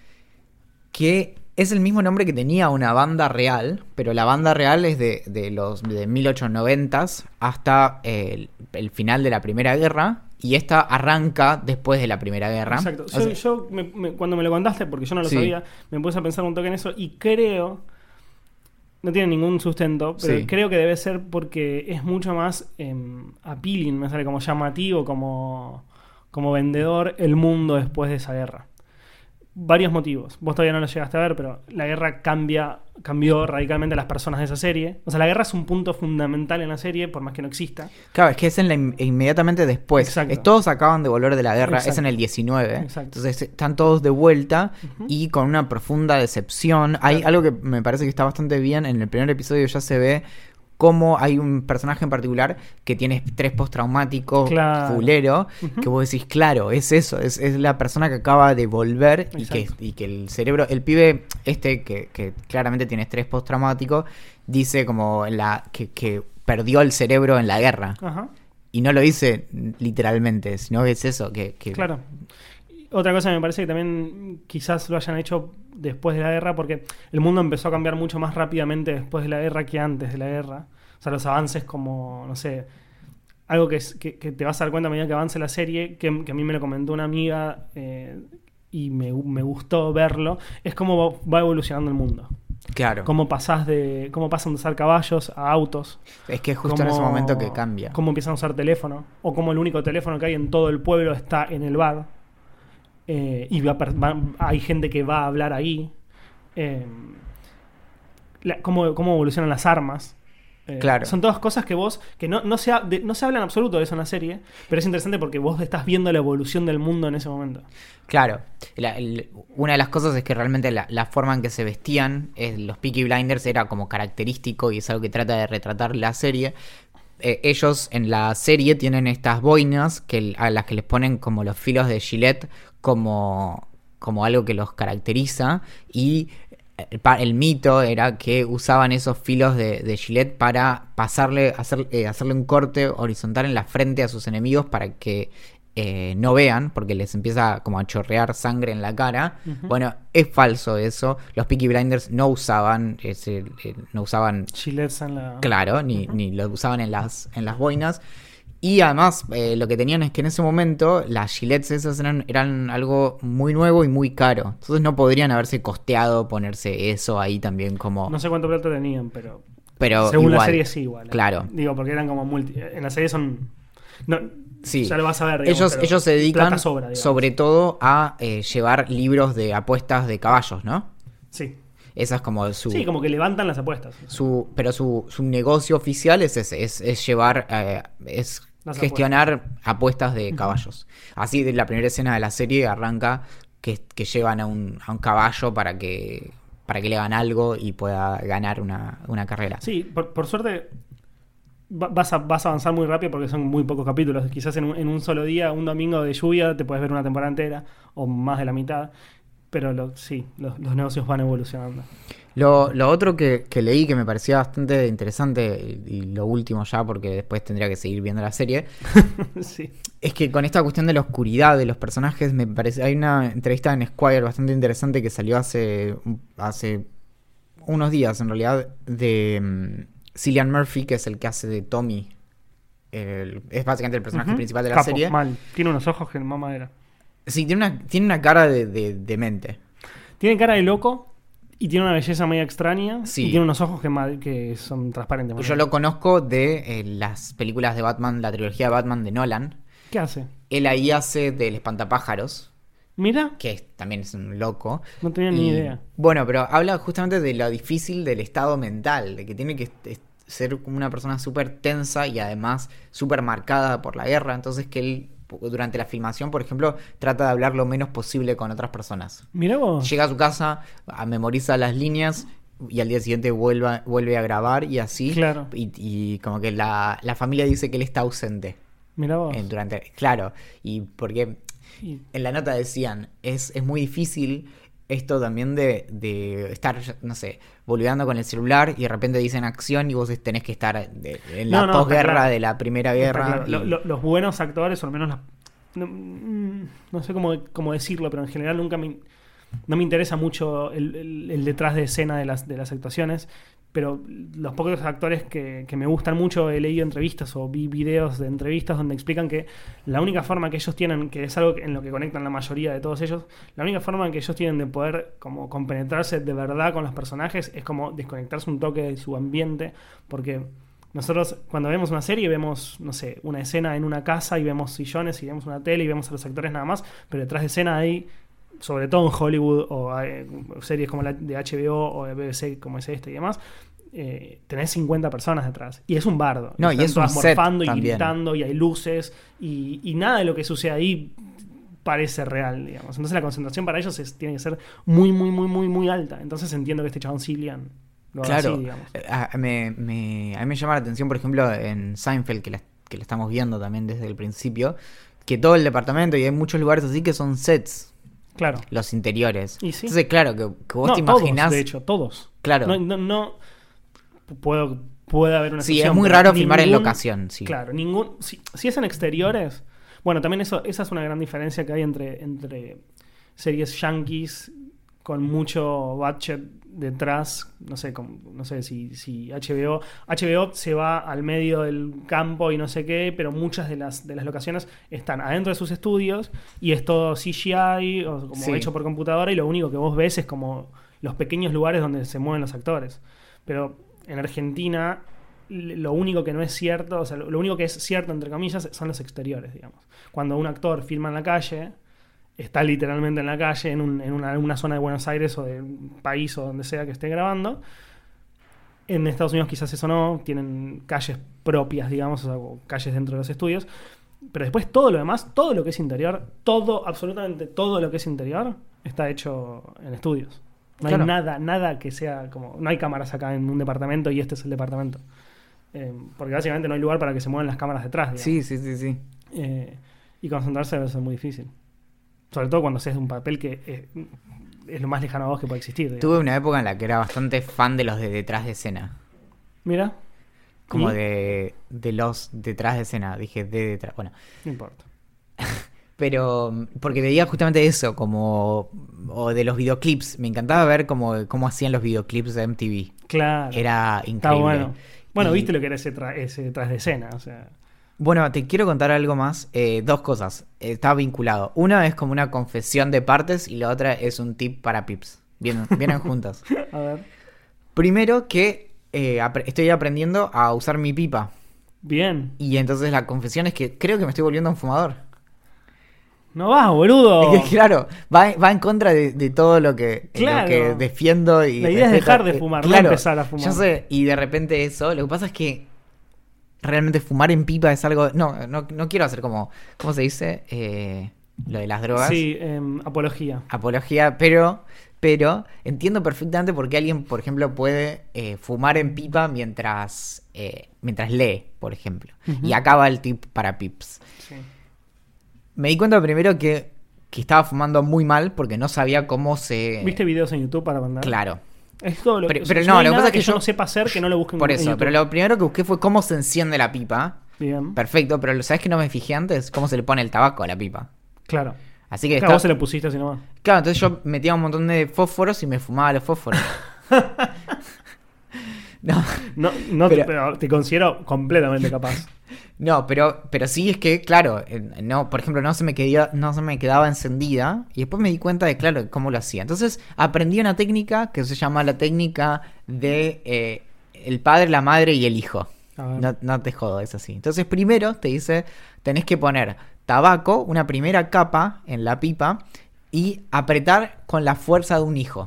que es el mismo nombre que tenía una banda real, pero la banda real es de los de 1890s hasta el final de la Primera Guerra, y esta arranca después de la Primera Guerra. Exacto. Yo cuando me lo contaste, porque yo no lo sabía, me puse a pensar un toque en eso y creo, no tiene ningún sustento, pero creo que debe ser porque es mucho más appealing, me sale como llamativo, como vendedor el mundo después de esa guerra. Varios motivos. Vos todavía no lo llegaste a ver, pero la guerra cambió radicalmente a las personas de esa serie. O sea, la guerra es un punto fundamental en la serie, por más que no exista. Claro, es que es inmediatamente después. Todos acaban de volver de la guerra, es en el 19. Exacto. Entonces están todos de vuelta y con una profunda decepción. Hay algo que me parece que está bastante bien. En el primer episodio ya se ve cómo hay un personaje en particular que tiene estrés postraumático, fulero, que vos decís, claro, es eso, es la persona que acaba de volver y que el cerebro, el pibe que claramente tiene estrés postraumático, dice como que perdió el cerebro en la guerra. Ajá. Y no lo dice literalmente, sino que es eso. Claro. Otra cosa me parece que también quizás lo hayan hecho después de la guerra, porque el mundo empezó a cambiar mucho más rápidamente después de la guerra que antes de la guerra. O sea, los avances como, no sé, algo que te vas a dar cuenta a medida que avance la serie, que a mí me lo comentó una amiga y me gustó verlo, es cómo va evolucionando el mundo. Claro. Cómo pasan de usar caballos a autos. Es que es justo en ese momento que cambia. Cómo empiezan a usar teléfono, o cómo el único teléfono que hay en todo el pueblo está en el bar. Y hay gente que va a hablar ahí. Cómo evolucionan las armas. Claro. Son todas cosas que no se habla en absoluto de eso en la serie, pero es interesante porque vos estás viendo la evolución del mundo en ese momento. Claro. Una de las cosas es que realmente la forma en que se vestían los Peaky Blinders era como característico, y es algo que trata de retratar la serie. Ellos en la serie tienen estas boinas a las que les ponen como los filos de Gillette como algo que los caracteriza, y el mito era que usaban esos filos de Gillette para hacerle un corte horizontal en la frente a sus enemigos para que no vean, porque les empieza como a chorrear sangre en la cara. Bueno, es falso eso. Los Peaky Blinders no usaban Gillettes en la... Claro, ni lo usaban en las boinas. Y además, lo que tenían es que en ese momento las gilets esas eran algo muy nuevo y muy caro. Entonces no podrían haberse costeado ponerse eso ahí también como... No sé cuánto plata tenían, pero igual, según la serie sí igual. Claro. Digo, porque eran como en la serie son... No, sí. Ya lo vas a ver. Digamos, ellos se dedican sobre todo a llevar libros de apuestas de caballos, ¿no? Sí. Esa es como su... Sí, como que levantan las apuestas. Pero su negocio oficial es ese, es llevar... gestionar apuestas de caballos. Así, de la primera escena de la serie arranca que llevan a un caballo para que le hagan algo y pueda ganar una carrera. Sí, por suerte vas a avanzar muy rápido porque son muy pocos capítulos. Quizás en un solo día, un domingo de lluvia, te puedes ver una temporada entera o más de la mitad. Pero sí, los negocios van evolucionando. Lo otro que leí que me parecía bastante interesante, y lo último ya, porque después tendría que seguir viendo la serie, Sí. es que con esta cuestión de la oscuridad de los personajes, me parece, hay una entrevista en Esquire bastante interesante que salió hace unos días, en realidad, de Cillian Murphy, que es el que hace de Tommy. Es básicamente el personaje principal de la serie. Mal. Tiene unos ojos que mamá era. Sí, tiene una cara de demente. Tiene cara de loco y tiene una belleza media extraña. Sí. Y tiene unos ojos que son transparentes. Yo lo conozco de las películas de Batman, la trilogía de Batman de Nolan. ¿Qué hace? Él ahí hace del espantapájaros, Mira, que también es un loco. no tenía ni idea. Bueno, pero habla justamente de lo difícil del estado mental, de que tiene que ser una persona súper tensa y además súper marcada por la guerra. Entonces que él, durante la filmación, por ejemplo, trata de hablar lo menos posible con otras personas. Mira vos. Llega a su casa, memoriza las líneas y al día siguiente vuelve a grabar y así. Claro. Y como que la familia dice que él está ausente. Mira vos. Claro, y porque Y- en la nota decían, es muy difícil esto también de estar, no sé, boludeando con el celular y de repente dicen acción y vos tenés que estar en la No, posguerra está claro. de la Primera Está Guerra. claro. y- Los buenos actores, o al menos no sé cómo decirlo, pero en general no me interesa mucho el detrás de escena de las actuaciones. Pero los pocos actores que me gustan mucho, he leído entrevistas o vi videos de entrevistas donde explican que la única forma que ellos tienen, que es algo en lo que conectan la mayoría de todos ellos, la única forma que ellos tienen de poder como compenetrarse de verdad con los personajes es como desconectarse un toque de su ambiente, porque nosotros cuando vemos una serie vemos, no sé, una escena en una casa y vemos sillones y vemos una tele y vemos a los actores nada más, pero detrás de escena hay, sobre todo en Hollywood o series como la de HBO o de BBC como es esta y demás, tenés 50 personas detrás y es un bardo. No, y Están es un todas set morfando y también. gritando y hay luces y nada de lo que sucede ahí parece real, digamos. Entonces la concentración para ellos tiene que ser muy, muy, muy, muy, muy alta. Entonces entiendo que este chabón Cillian lo haga Claro, así, digamos. a mí me llama la atención, por ejemplo, en Seinfeld, que la estamos viendo también desde el principio, que todo el departamento y hay muchos lugares así que son sets, Claro. los interiores. Y sí. Entonces, claro, que vos No, te imaginás. todos, de hecho, todos. Claro. No puede haber una Sí, excepción, es muy pero raro filmar en locación, sí. Claro, si es en exteriores, bueno, también esa es una gran diferencia que hay entre series yankees con mucho budget detrás, no sé si HBO se va al medio del campo y no sé qué, pero muchas de las locaciones están adentro de sus estudios y es todo CGI o como Sí. hecho por computadora y lo único que vos ves es como los pequeños lugares donde se mueven los actores. Pero en Argentina lo único que no es cierto, o sea, lo único que es cierto entre comillas son los exteriores, digamos. Cuando un actor filma en la calle, está literalmente en la calle, en una zona de Buenos Aires o de un país o donde sea que esté grabando. En Estados Unidos quizás eso no, tienen calles propias, digamos, o calles dentro de los estudios. Pero después todo lo demás, todo lo que es interior, absolutamente todo lo que es interior, está hecho en estudios. No Claro. hay nada que sea como... No hay cámaras acá en un departamento y este es el departamento. Porque básicamente no hay lugar para que se muevan las cámaras detrás, digamos. Sí. Y concentrarse debe ser muy difícil. Sobre todo cuando seas de un papel que es lo más lejano a vos que puede existir. Digamos. Tuve una época en la que era bastante fan de los de detrás de escena. Mira. Como ¿Y? de los detrás de escena. Dije de detrás. Bueno. No importa. Pero porque veía justamente eso, como... O de los videoclips. Me encantaba ver cómo hacían los videoclips de MTV. Claro. Era Está increíble. bueno. Bueno, Y- viste lo que era ese detrás de escena. O sea, Bueno, te quiero contar algo más. Dos cosas. Está vinculado. Una es como una confesión de partes y la otra es un tip para pips. Vienen juntas. a ver. Primero que estoy aprendiendo a usar mi pipa. Bien. Y entonces la confesión es que creo que me estoy volviendo un fumador. No vas, boludo. Es que, claro, va en contra de todo lo que Claro. defiendo. Y La idea es respeto. dejar de fumar, no Claro, empezar a fumar. Yo sé, y de repente eso. Lo que pasa es que realmente fumar en pipa es algo... No quiero hacer como... ¿Cómo se dice? Lo de las drogas. Sí, apología. Apología, pero entiendo perfectamente por qué alguien, por ejemplo, puede fumar en pipa mientras lee, por ejemplo. Ujú. Y acaba el tip para pips. Sí. Me di cuenta primero que que estaba fumando muy mal porque no sabía cómo se... ¿Viste videos en YouTube para mandar? Claro. Es todo lo Pero o sea, no, hay lo que nada pasa es que yo no sepa hacer que no lo busquen Por en eso, YouTube. pero lo primero que busqué fue cómo se enciende la pipa. Bien. Perfecto, pero ¿sabes que no me fijé antes? Cómo se le pone el tabaco a la pipa. Claro. Así que Claro, vos se lo pusiste así nomás. Claro, entonces yo metía un montón de fósforos y me fumaba los fósforos. No, Pero te considero completamente capaz. no, pero sí es que, claro, no, por ejemplo, no se me quedaba encendida y después me di cuenta de, claro, cómo lo hacía. Entonces aprendí una técnica que se llama la técnica de el padre, la madre y el hijo. No te jodo, es así. Entonces primero te dice, tenés que poner tabaco, una primera capa en la pipa y apretar con la fuerza de un hijo.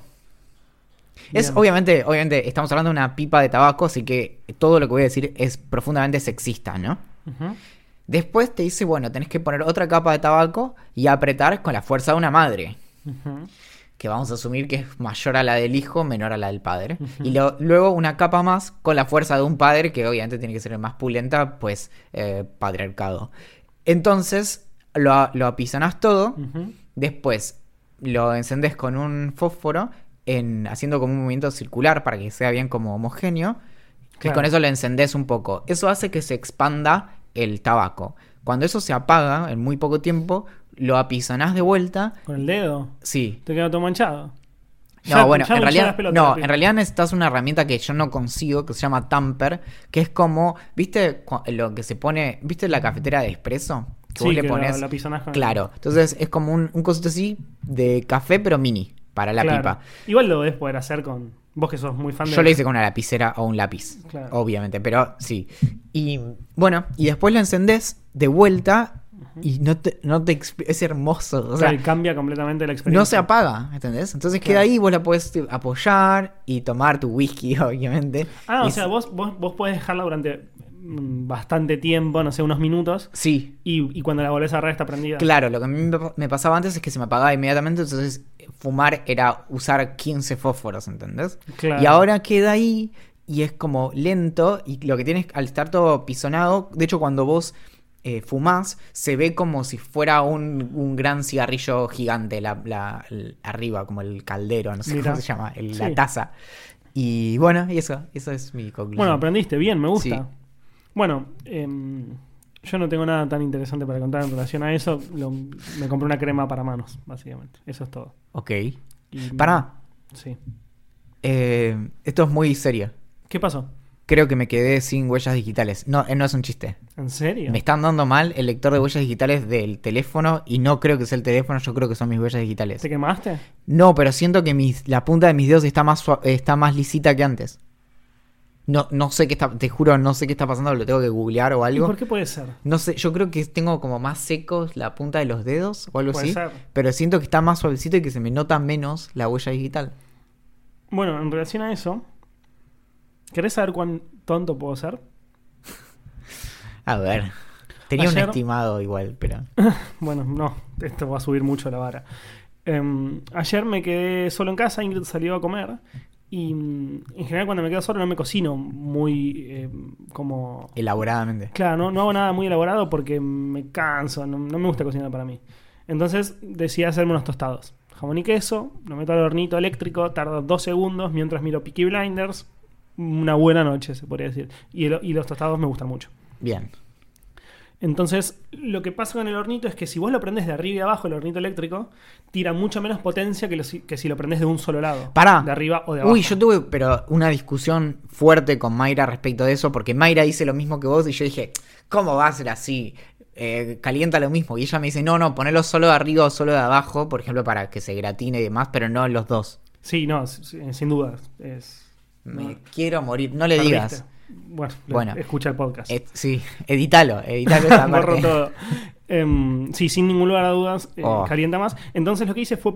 Es obviamente estamos hablando de una pipa de tabaco, así que todo lo que voy a decir es profundamente sexista, ¿no? Uh-huh. Después te dice, bueno, tenés que poner otra capa de tabaco y apretar con la fuerza de una madre. Uh-huh. Que vamos a asumir que es mayor a la del hijo, menor a la del padre. Uh-huh. Y luego una capa más con la fuerza de un padre, que obviamente tiene que ser más pulenta, pues patriarcado. Entonces lo apisonás todo, Uh-huh. después lo encendés con un fósforo, haciendo como un movimiento circular para que sea bien como homogéneo, y con eso lo encendés un poco. Eso hace que se expanda el tabaco. Cuando eso se apaga en muy poco tiempo, lo apisonás de vuelta. ¿Con el dedo? Sí. ¿Te queda todo manchado? No, bueno, en realidad necesitas una herramienta que yo no consigo, que se llama tamper, que es como, ¿viste lo que se pone, viste la cafetera de espresso? Que vos le pones, la pisonás con claro, entonces es como un cosito así de café, pero mini, para la pipa. Igual lo debes poder hacer con... Vos que sos muy fan de... Yo lo hice con una lapicera o un lápiz, obviamente, pero sí. Y bueno, y después lo encendés de vuelta y es hermoso. O sea, cambia completamente la experiencia. No se apaga, ¿entendés? Entonces queda ahí, vos la podés apoyar y tomar tu whisky, obviamente. O sea, vos podés dejarla durante bastante tiempo, no sé, unos minutos. Sí. Y cuando la volvés a agarrar está prendida. Claro, lo que a mí me pasaba antes es que se me apagaba inmediatamente, entonces fumar era usar 15 fósforos, ¿entendés? Claro. Y ahora queda ahí y es como lento y lo que tienes al estar todo pisonado, de hecho cuando vos fumás, se ve como si fuera un gran cigarrillo gigante arriba, como el caldero, no sé cómo se llama, la taza. Y bueno, y eso es mi conclusión. Bueno, aprendiste bien, me gusta. Sí. Bueno, yo no tengo nada tan interesante para contar en relación a eso. Me compré una crema para manos, básicamente. Eso es todo. Ok. Pará. Sí. Esto es muy serio. ¿Qué pasó? Creo que me quedé sin huellas digitales. No es un chiste. ¿En serio? Me están dando mal el lector de huellas digitales del teléfono y no creo que sea el teléfono, yo creo que son mis huellas digitales. ¿Te quemaste? No, pero siento que la punta de mis dedos está más lisita que antes. No sé qué está, te juro, no sé qué está pasando, lo tengo que googlear o algo. ¿Y por qué puede ser? No sé, yo creo que tengo como más secos la punta de los dedos o algo puede así. Ser. Pero siento que está más suavecito y que se me nota menos la huella digital. Bueno, en relación a eso, ¿querés saber cuán tonto puedo ser? A ver, tenía un estimado igual, pero... Bueno, no, esto va a subir mucho la vara. Ayer me quedé solo en casa, Ingrid salió a comer. Y en general cuando me quedo solo no me cocino muy como... elaboradamente. Claro, no hago nada muy elaborado porque me canso, no me gusta cocinar para mí. Entonces decidí hacerme unos tostados. Jamón y queso, lo meto al hornito eléctrico, tarda 2 segundos mientras miro Peaky Blinders. Una buena noche, se podría decir. Y los tostados me gustan mucho. Bien. Entonces, lo que pasa con el hornito es que si vos lo prendés de arriba y abajo, el hornito eléctrico, tira mucha menos potencia que si lo prendés de un solo lado. Pará. De arriba o de abajo. Uy, yo tuve una discusión fuerte con Mayra respecto de eso, porque Mayra dice lo mismo que vos y yo dije, ¿cómo va a ser así? Calienta lo mismo. Y ella me dice, no, ponelo solo de arriba o solo de abajo, por ejemplo, para que se gratine y demás, pero no los dos. Sí, no, sin duda. Me quiero morir. No le digas. Bueno, escucha el podcast. Sí, edítalo esa parte. Borro todo. Sí, sin ningún lugar a dudas, calienta más. Entonces lo que hice fue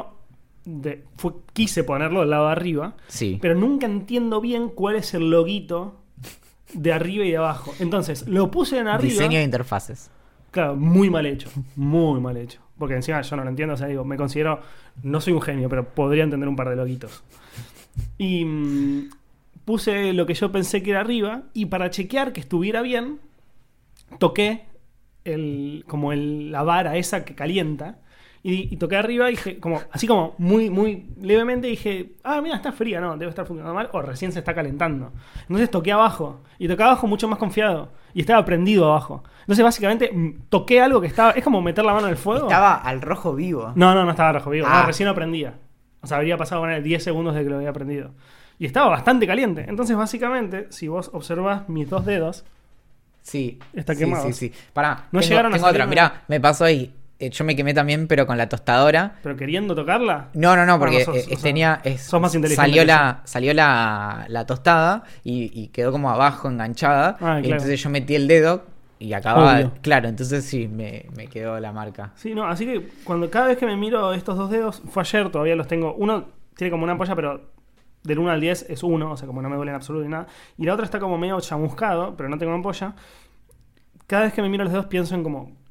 quise ponerlo del lado de arriba, sí. Pero nunca entiendo bien cuál es el loguito de arriba y de abajo. Entonces lo puse en arriba. Diseño de interfaces. Claro, muy mal hecho. Muy mal hecho. Porque encima yo no lo entiendo. O sea, digo, me considero... No soy un genio, pero podría entender un par de loguitos. Y... puse lo que yo pensé que era arriba y para chequear que estuviera bien, toqué la vara esa que calienta Y toqué arriba y dije, como, así como muy, muy levemente, dije, mira, está fría, no, debe estar funcionando mal, o recién se está calentando. Entonces toqué abajo, y toqué abajo mucho más confiado, y estaba prendido abajo. Entonces básicamente toqué algo que estaba, es como meter la mano en el fuego. Estaba al rojo vivo. No estaba rojo vivo, no, recién lo prendía. O sea, habría pasado 10 segundos de que lo había prendido. Y estaba bastante caliente. Entonces básicamente, si vos observás mis 2 dedos, sí, está quemado. Sí. Pará, no tengo otra, mirá, me pasó ahí. Yo me quemé también, pero con la tostadora. ¿Pero queriendo tocarla? No, porque sos más inteligente. Salió la tostada y quedó como abajo enganchada. Claro. Entonces yo metí el dedo y acababa. Obvio. Claro, entonces sí, me quedó la marca. Sí, no, así que cada vez que me miro estos 2 dedos, fue ayer, todavía los tengo. Uno tiene como una ampolla, pero del 1 al 10 es 1, o sea, como no me duele en absoluto ni nada. Y la otra está como medio chamuscado, pero no tengo ampolla. Cada vez que me miro los dedos pienso en como...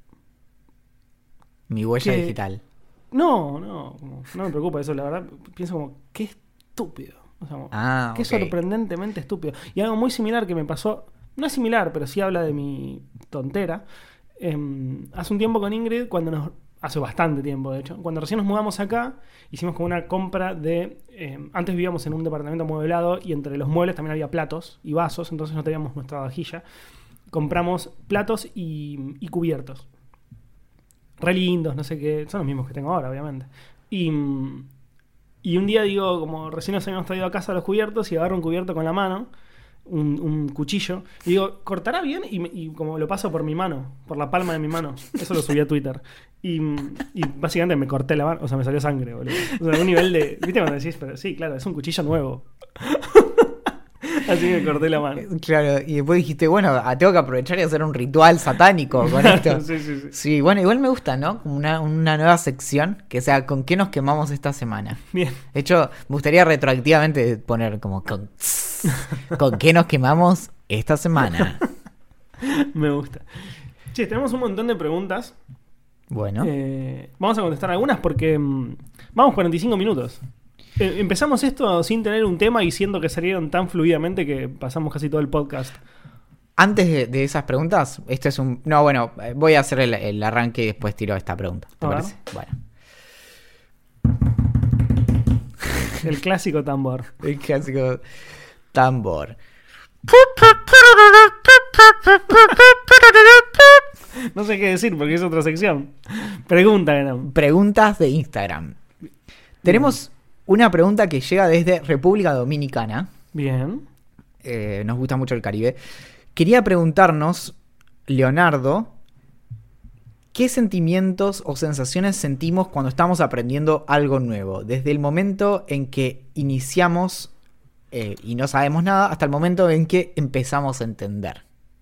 Mi huella digital. No me preocupa eso, la verdad. Pienso como, qué estúpido. O sea, qué sorprendentemente estúpido. Y algo muy similar que me pasó, no es similar, pero sí habla de mi tontera. Hace un tiempo con Ingrid, hace bastante tiempo de hecho, cuando recién nos mudamos acá, hicimos como una compra de... antes vivíamos en un departamento amueblado y entre los muebles también había platos y vasos, entonces no teníamos nuestra vajilla. Compramos platos y cubiertos. Re lindos, no sé qué. Son los mismos que tengo ahora, obviamente. Y un día digo, como recién nos habíamos traído a casa los cubiertos, y agarro un cubierto con la mano, un cuchillo, y digo, ¿cortará bien? Y como lo paso por mi mano, por la palma de mi mano. Eso lo subí a Twitter. Y básicamente me corté la mano, o sea, me salió sangre, boludo. O sea, un nivel de... ¿Viste cuando decís? Pero sí, claro, es un cuchillo nuevo. Así me corté la mano. Claro, y después dijiste, bueno, tengo que aprovechar y hacer un ritual satánico con esto. Sí. Sí, bueno, igual me gusta, ¿no? Como una nueva sección que sea ¿con qué nos quemamos esta semana? Bien. De hecho, me gustaría retroactivamente poner como ¿con qué nos quemamos esta semana? Me gusta. Che, tenemos un montón de preguntas. Bueno. Vamos a contestar algunas porque vamos 45 minutos. Empezamos esto sin tener un tema y siendo que salieron tan fluidamente que pasamos casi todo el podcast. Antes de esas preguntas, este es un... No, bueno, voy a hacer el arranque y después tiro esta pregunta. ¿Te parece? Bueno. El clásico tambor. El clásico tambor. No sé qué decir porque es otra sección. Preguntas de Instagram. Tenemos una pregunta que llega desde República Dominicana. Bien. Nos gusta mucho el Caribe. Quería preguntarnos, Leonardo, ¿qué sentimientos o sensaciones sentimos cuando estamos aprendiendo algo nuevo? Desde el momento en que iniciamos y no sabemos nada hasta el momento en que empezamos a entender.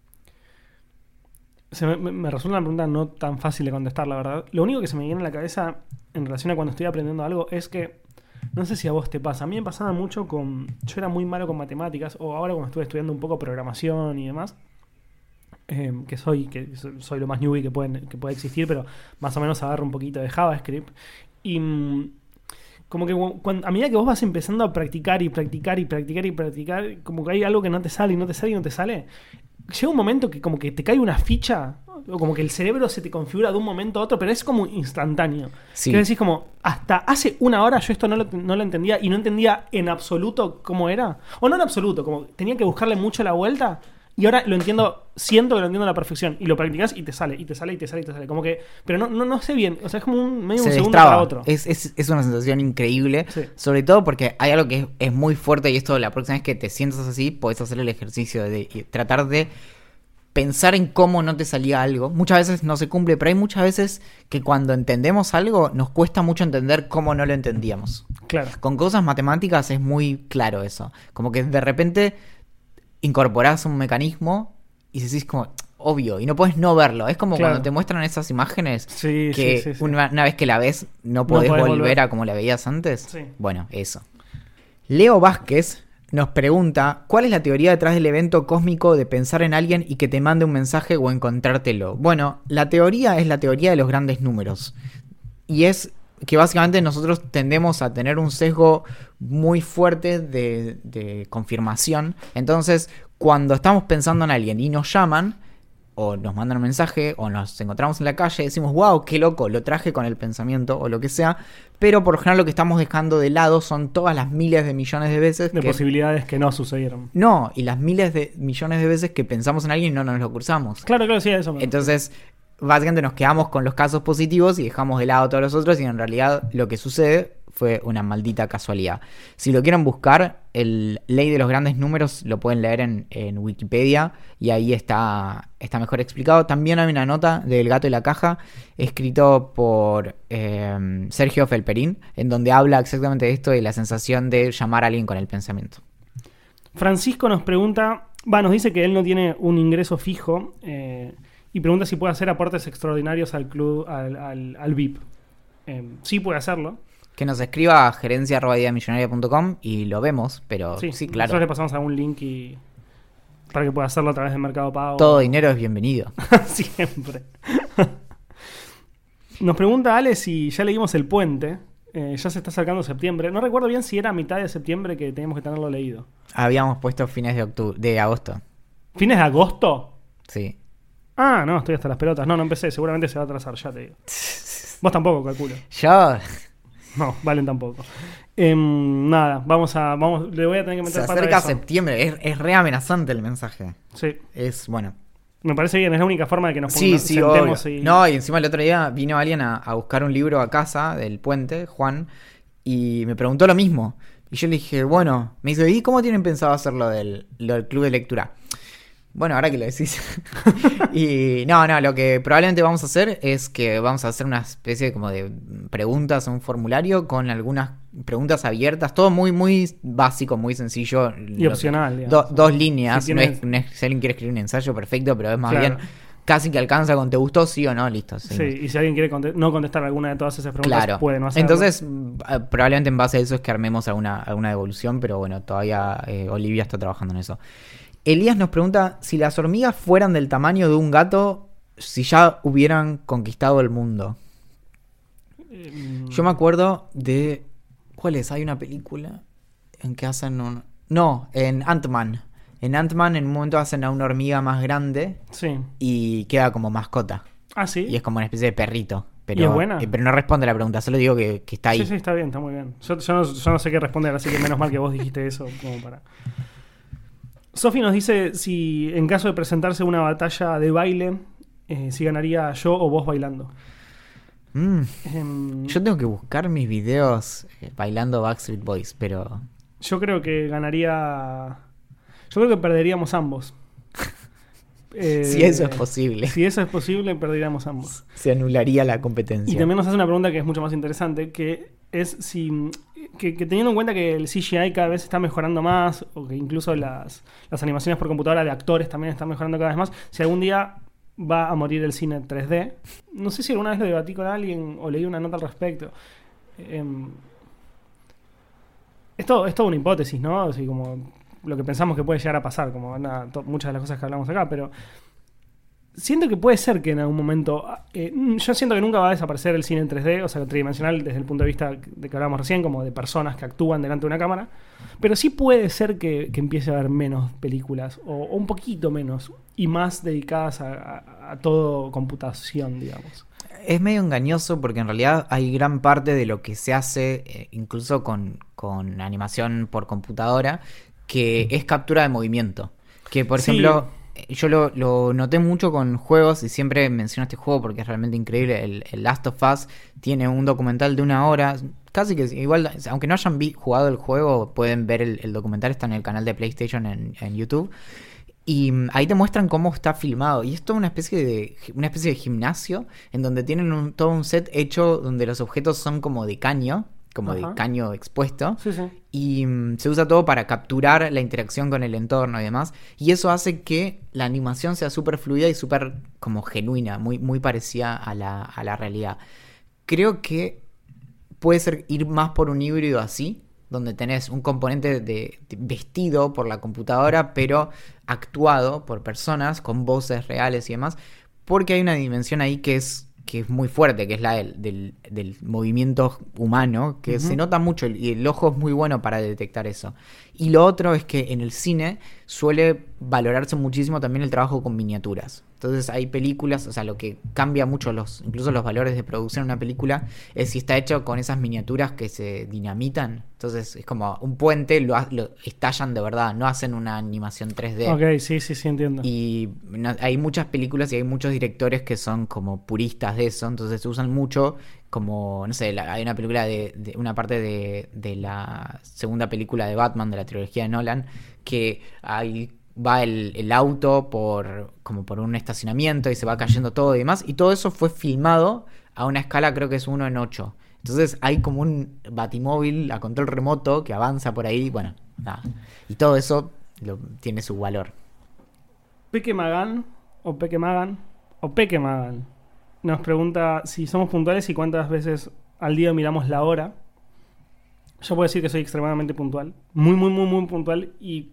Me resulta una pregunta no tan fácil de contestar, la verdad. Lo único que se me viene a la cabeza en relación a cuando estoy aprendiendo algo es que, no sé si a vos te pasa, a mí me pasaba mucho yo era muy malo con matemáticas, o ahora cuando estuve estudiando un poco programación y demás, que soy lo más newbie que puede existir, pero más o menos agarro un poquito de JavaScript. Y como que a medida que vos vas empezando a practicar, como que hay algo que no te sale y no te sale y no te sale, llega un momento que como que te cae una ficha, o como que el cerebro se te configura de un momento a otro, pero es como instantáneo. Sí. Que decís como, hasta hace una hora yo esto no lo entendía, y no entendía en absoluto cómo era. O no en absoluto, como tenía que buscarle mucho la vuelta, y ahora lo entiendo, siento que lo entiendo a la perfección. Y lo practicás y te sale. Como que, pero no sé bien, o sea, es como medio un segundo para otro. Es una sensación increíble, sí. Sobre todo porque hay algo que es muy fuerte, y esto la próxima vez que te sientas así, podés hacer el ejercicio de tratar de pensar en cómo no te salía algo. Muchas veces no se cumple, pero hay muchas veces que cuando entendemos algo nos cuesta mucho entender cómo no lo entendíamos. Claro. Con cosas matemáticas es muy claro eso. Como que de repente incorporás un mecanismo y decís como obvio, y no puedes no verlo. Es como cuando te muestran esas imágenes que sí. Una vez que la ves no podés volver a como la veías antes. Sí. Bueno, eso. Leo Vázquez nos pregunta, ¿cuál es la teoría detrás del evento cósmico de pensar en alguien y que te mande un mensaje o encontrártelo? Bueno, la teoría es la teoría de los grandes números. Y es que básicamente nosotros tendemos a tener un sesgo muy fuerte de confirmación. Entonces, cuando estamos pensando en alguien y nos llaman, o nos mandan un mensaje, o nos encontramos en la calle y decimos, wow, qué loco, lo traje con el pensamiento o lo que sea, pero por lo general lo que estamos dejando de lado son todas las miles de millones de veces de posibilidades que no sucedieron. No, y las miles de millones de veces que pensamos en alguien y no nos lo cruzamos. Claro, sí, eso. Entonces, básicamente nos quedamos con los casos positivos y dejamos de lado todos los otros y en realidad lo que sucede fue una maldita casualidad. Si lo quieren buscar, el Ley de los Grandes Números lo pueden leer en Wikipedia y ahí está mejor explicado. También hay una nota del Gato y la Caja escrito por Sergio Felperín, en donde habla exactamente de esto, de la sensación de llamar a alguien con el pensamiento. Francisco nos pregunta, nos dice que él no tiene un ingreso fijo y pregunta si puede hacer aportes extraordinarios al club, al VIP. Sí puede hacerlo. Que nos escriba a gerencia@ideamillonaria.com y lo vemos, pero sí, claro. Nosotros le pasamos algún link para que pueda hacerlo a través de Mercado Pago. Todo dinero es bienvenido. Siempre. Nos pregunta Ale si ya leímos El Puente. Ya se está acercando septiembre. No recuerdo bien si era a mitad de septiembre que teníamos que tenerlo leído. Habíamos puesto fines de agosto. ¿Fines de agosto? Sí. No, estoy hasta las pelotas. No empecé. Seguramente se va a atrasar, ya te digo. Vos tampoco, calculo. Yo... No, Valen tampoco. Nada, le voy a tener que meter pata. Se a acerca eso. septiembre, es re amenazante el mensaje. Sí. Es bueno. Me parece bien, es la única forma de que nos sentemos y... No, y encima el otro día vino alguien a buscar un libro a casa del Puente, Juan, y me preguntó lo mismo. Y yo le dije, bueno, me dice, ¿y cómo tienen pensado hacer lo del club de lectura? Bueno, ahora que lo decís. Y no, lo que probablemente vamos a hacer es que vamos a hacer una especie como de preguntas, un formulario con algunas preguntas abiertas, todo muy, muy básico, muy sencillo. Y opcional. Dos líneas, si tienes... no es si alguien quiere escribir un ensayo perfecto, pero es más bien casi que alcanza con ¿te gustó? Sí o no, listo. Sí, y si alguien quiere no contestar alguna de todas esas preguntas, puede no hacerlo. Entonces, probablemente en base a eso es que armemos alguna devolución, pero bueno, todavía Olivia está trabajando en eso. Elías nos pregunta si las hormigas fueran del tamaño de un gato, si ya hubieran conquistado el mundo. Yo me acuerdo de... ¿Cuál es? Hay una película en que hacen un... No, en Ant-Man. En Ant-Man en un momento hacen a una hormiga más grande y queda como mascota. Ah, ¿sí? Y es como una especie de perrito. Pero, ¿y es buena? Pero no responde a la pregunta, solo digo que está ahí. Sí, está bien, está muy bien. Yo no sé qué responder, así que menos mal que vos dijiste eso como para... Sofi nos dice si en caso de presentarse una batalla de baile, si ganaría yo o vos bailando. Yo tengo que buscar mis videos bailando Backstreet Boys, pero... Yo creo que ganaría... Yo creo que perderíamos ambos. Si eso es posible. Si eso es posible, perderíamos ambos. Se anularía la competencia. Y también nos hace una pregunta que es mucho más interesante, que es si... Que teniendo en cuenta que el CGI cada vez está mejorando más, o que incluso las animaciones por computadora de actores también están mejorando cada vez más, si algún día va a morir el cine 3D. No sé si alguna vez lo debatí con alguien o leí una nota al respecto. Es todo una hipótesis, ¿no? Así como lo que pensamos que puede llegar a pasar, como muchas de las cosas que hablamos acá, pero siento que puede ser que en algún momento... yo siento que nunca va a desaparecer el cine en 3D, o sea, tridimensional desde el punto de vista de que hablamos recién, como de personas que actúan delante de una cámara, pero sí puede ser que empiece a haber menos películas, o un poquito menos, y más dedicadas a todo computación, digamos. Es medio engañoso porque en realidad hay gran parte de lo que se hace, incluso con animación por computadora, que es captura de movimiento. Que, por ejemplo... Yo lo noté mucho con juegos y siempre menciono este juego porque es realmente increíble. El Last of Us tiene un documental de 1 hora. Casi que igual, aunque no hayan jugado el juego, pueden ver el documental. Está en el canal de PlayStation en YouTube. Y ahí te muestran cómo está filmado. Y es toda una especie de gimnasio en donde tienen todo un set hecho donde los objetos son como de caño. Como de caño expuesto. Sí. Y se usa todo para capturar la interacción con el entorno y demás. Y eso hace que la animación sea súper fluida y súper como genuina, muy, muy parecida a la realidad. Creo que puede ser ir más por un híbrido así, donde tenés un componente de vestido por la computadora, pero actuado por personas con voces reales y demás. Porque hay una dimensión ahí que es muy fuerte, que es la del movimiento humano, que se nota mucho y el ojo es muy bueno para detectar eso. Y lo otro es que en el cine suele valorarse muchísimo también el trabajo con miniaturas. Entonces hay películas, o sea, lo que cambia mucho incluso los valores de producción de una película es si está hecho con esas miniaturas que se dinamitan. Entonces es como un puente, lo estallan de verdad, no hacen una animación 3D. Ok, sí, entiendo. Y hay muchas películas y hay muchos directores que son como puristas de eso, entonces se usan mucho como, no sé, hay una película de una parte de la segunda película de Batman, de la trilogía de Nolan, que va el auto como por un estacionamiento y se va cayendo todo y demás, y todo eso fue filmado a una escala, creo que es 1:8. Entonces hay como un batimóvil a control remoto que avanza por ahí, bueno, nada. Y todo eso tiene su valor. Peque Magan nos pregunta si somos puntuales y cuántas veces al día miramos la hora. Yo puedo decir que soy extremadamente puntual, muy puntual, y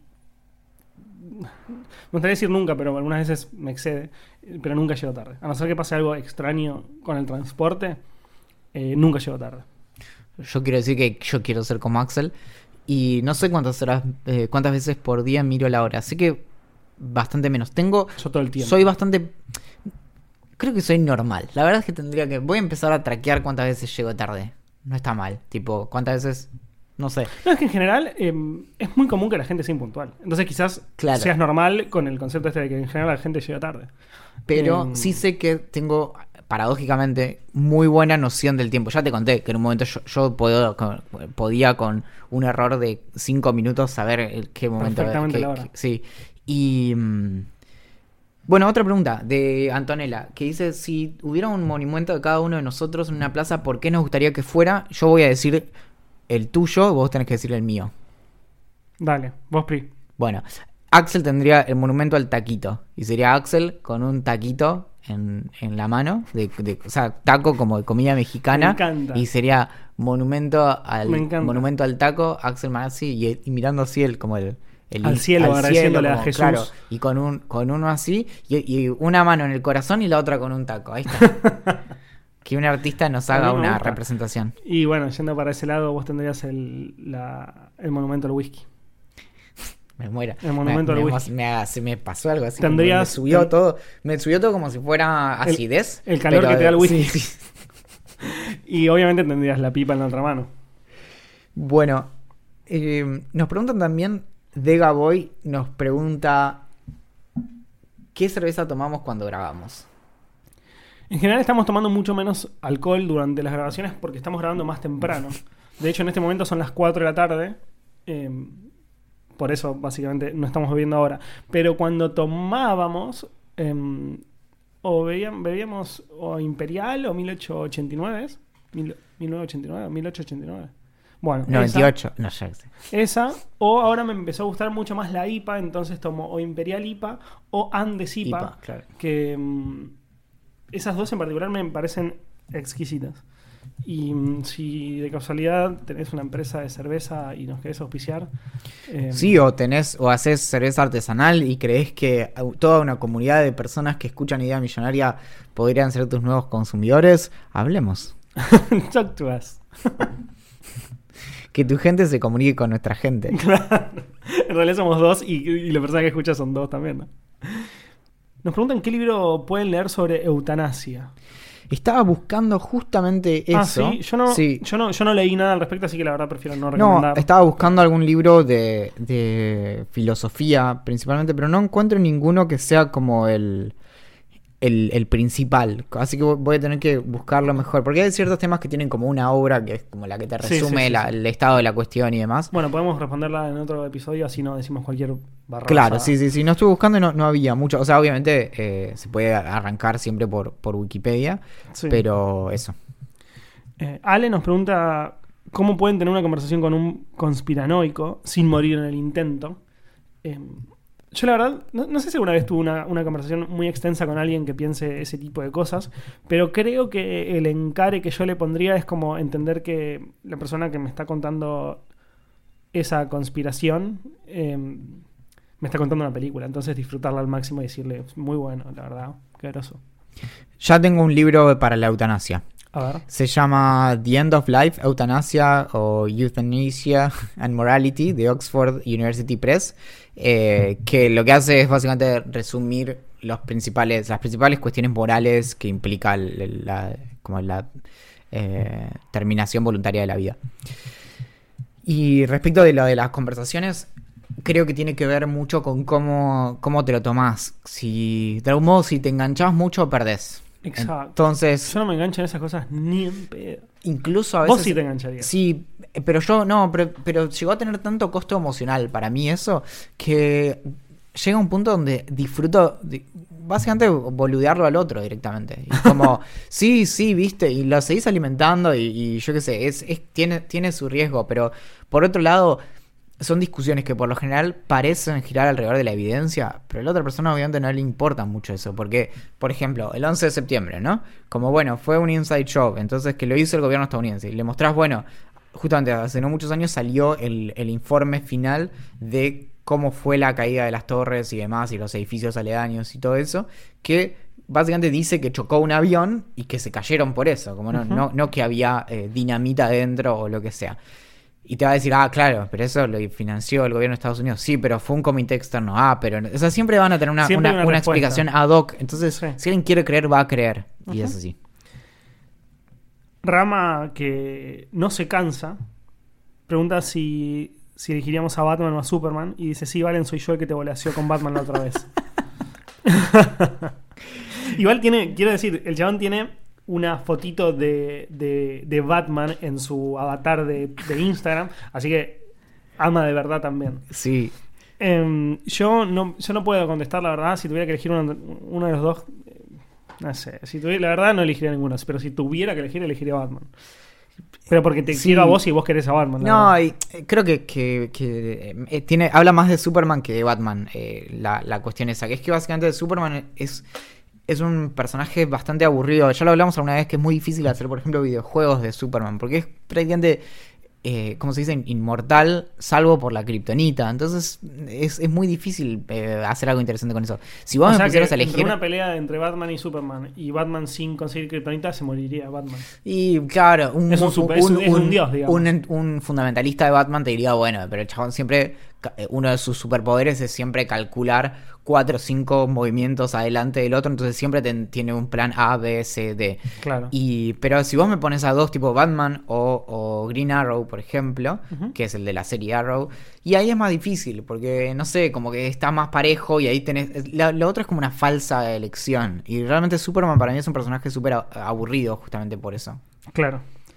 me gustaría decir nunca, pero algunas veces me excede, pero nunca llego tarde. A no ser que pase algo extraño con el transporte, nunca llego tarde. Yo quiero decir que yo quiero ser como Axel y no sé cuántas veces por día miro la hora. Sé que bastante menos. Yo todo el tiempo. Soy bastante... Creo que soy normal. La verdad es que voy a empezar a traquear cuántas veces llego tarde. No está mal. Tipo, cuántas veces... No sé. No, es que en general es muy común que la gente sea impuntual. Entonces quizás seas normal con el concepto de que en general la gente llega tarde. Pero sí sé que tengo, paradójicamente, muy buena noción del tiempo. Ya te conté que en un momento yo podía con un error de 5 minutos saber qué momento... Perfectamente la hora. Sí. Y... Bueno, otra pregunta de Antonella, que dice, si hubiera un monumento de cada uno de nosotros en una plaza, ¿por qué nos gustaría que fuera? Yo voy a decir el tuyo, vos tenés que decir el mío. Dale, vos Pri. Bueno, Axel tendría el monumento al taquito, y sería Axel con un taquito en la mano, o sea, taco como de comida mexicana. Me encanta. Y sería monumento al taco, Axel Manazzi, y mirando así al cielo, agradeciéndole a Jesús. Claro, y con uno así, y una mano en el corazón y la otra con un taco. Ahí está. Que un artista nos haga una representación. Y bueno, yendo para ese lado, vos tendrías el monumento al whisky. Me muera. El monumento al whisky. Se me pasó algo así. Me subió todo como si fuera acidez. El calor que te da el whisky. Sí. Y obviamente tendrías la pipa en la otra mano. Bueno, nos preguntan también... Dega Boy nos pregunta ¿qué cerveza tomamos cuando grabamos? En general estamos tomando mucho menos alcohol durante las grabaciones porque estamos grabando más temprano. De hecho, en este momento son las 4 de la tarde. Por eso, básicamente, no estamos bebiendo ahora. Pero cuando tomábamos, o bebíamos o Imperial o 1889. 1989 o 1889. Bueno, 98, no sé. Esa, o ahora me empezó a gustar mucho más la IPA, entonces tomo o Imperial IPA o Andes IPA, claro. Que esas dos en particular me parecen exquisitas. Y si de casualidad tenés una empresa de cerveza y nos querés auspiciar... Sí, o haces cerveza artesanal y creés que toda una comunidad de personas que escuchan Idea Millonaria podrían ser tus nuevos consumidores, hablemos. Talk to us. Que tu gente se comunique con nuestra gente. Claro. En realidad somos dos y la persona que escucha son dos también, ¿no? Nos preguntan qué libro pueden leer sobre eutanasia. Estaba buscando justamente eso. ¿Sí? Yo no leí nada al respecto, así que la verdad prefiero no recomendar. No, estaba buscando algún libro de filosofía principalmente, pero no encuentro ninguno que sea como el principal, así que voy a tener que buscarlo mejor, porque hay ciertos temas que tienen como una obra que es como la que te resume el estado de la cuestión y demás. Bueno, podemos responderla en otro episodio, así no decimos cualquier barra. Claro, sí, no estuve buscando y no había mucho, o sea, obviamente se puede arrancar siempre por Wikipedia, pero eso. Ale nos pregunta cómo pueden tener una conversación con un conspiranoico sin morir en el intento. Yo la verdad, no sé si alguna vez tuve una conversación muy extensa con alguien que piense ese tipo de cosas, pero creo que el encare que yo le pondría es como entender que la persona que me está contando esa conspiración me está contando una película, entonces disfrutarla al máximo y decirle, muy bueno, la verdad, qué groso. Ya tengo un libro para la eutanasia. A ver. Se llama The End of Life, Eutanasia o Euthanasia and Morality de Oxford University Press, que lo que hace es básicamente resumir las principales cuestiones morales que implica la terminación voluntaria de la vida. Y respecto de lo de las conversaciones, creo que tiene que ver mucho con cómo te lo tomás. Si de algún modo, si te enganchás mucho, perdés. Exacto. Entonces, yo no me engancho en esas cosas ni en pedo. Incluso a veces. Vos sí te engancharías. Sí, pero yo no, pero llegó a tener tanto costo emocional para mí eso, que llega un punto donde disfruto básicamente boludearlo al otro directamente. Y como, sí, viste, y lo seguís alimentando y yo qué sé, tiene su riesgo, pero por otro lado, son discusiones que por lo general parecen girar alrededor de la evidencia, pero a la otra persona obviamente no le importa mucho eso, porque, por ejemplo, el 11 de septiembre, ¿no? Como, bueno, fue un inside job, entonces que lo hizo el gobierno estadounidense, y le mostrás, bueno, justamente hace no muchos años salió el informe final de cómo fue la caída de las torres y demás, y los edificios aledaños y todo eso, que básicamente dice que chocó un avión y que se cayeron por eso, como no que había dinamita dentro o lo que sea. Y te va a decir, claro, pero eso lo financió el gobierno de Estados Unidos. Sí, pero fue un comité externo. Pero... O sea, siempre van a tener una explicación ad hoc. Entonces, sí, si alguien quiere creer, va a creer. Y es así. Rama, que no se cansa, pregunta si elegiríamos a Batman o a Superman. Y dice, sí, Valen, soy yo el que te volaseó con Batman la otra vez. Igual quiero decir, el chabón tiene una fotito de Batman en su avatar de Instagram, así que ama de verdad también. Sí. Yo no puedo contestar, la verdad. Si tuviera que elegir uno de los dos, no sé. La verdad no elegiría ninguno, pero si tuviera que elegir, elegiría Batman. Pero porque te quiero a vos y vos querés a Batman. No, y creo que habla más de Superman que de Batman. La cuestión esa, que es que básicamente Superman es un personaje bastante aburrido. Ya lo hablamos alguna vez, que es muy difícil hacer, por ejemplo, videojuegos de Superman, porque es prácticamente, ¿cómo se dice? Inmortal, salvo por la kriptonita. Entonces es muy difícil hacer algo interesante con eso. Si vos me pusieras a elegir entre una pelea entre Batman y Superman, y Batman sin conseguir kriptonita, se moriría Batman. Y claro, es un dios, digamos. Un fundamentalista de Batman te diría, bueno, pero el chabón siempre, uno de sus superpoderes es siempre calcular 4 o 5 movimientos adelante del otro, entonces siempre tiene un plan A, B, C, D. Claro. Pero si vos me pones a dos, tipo Batman o Green Arrow, por ejemplo, que es el de la serie Arrow, y ahí es más difícil, porque, no sé, como que está más parejo y ahí tenés... Lo otro es como una falsa elección, y realmente Superman para mí es un personaje súper aburrido justamente por eso. Claro.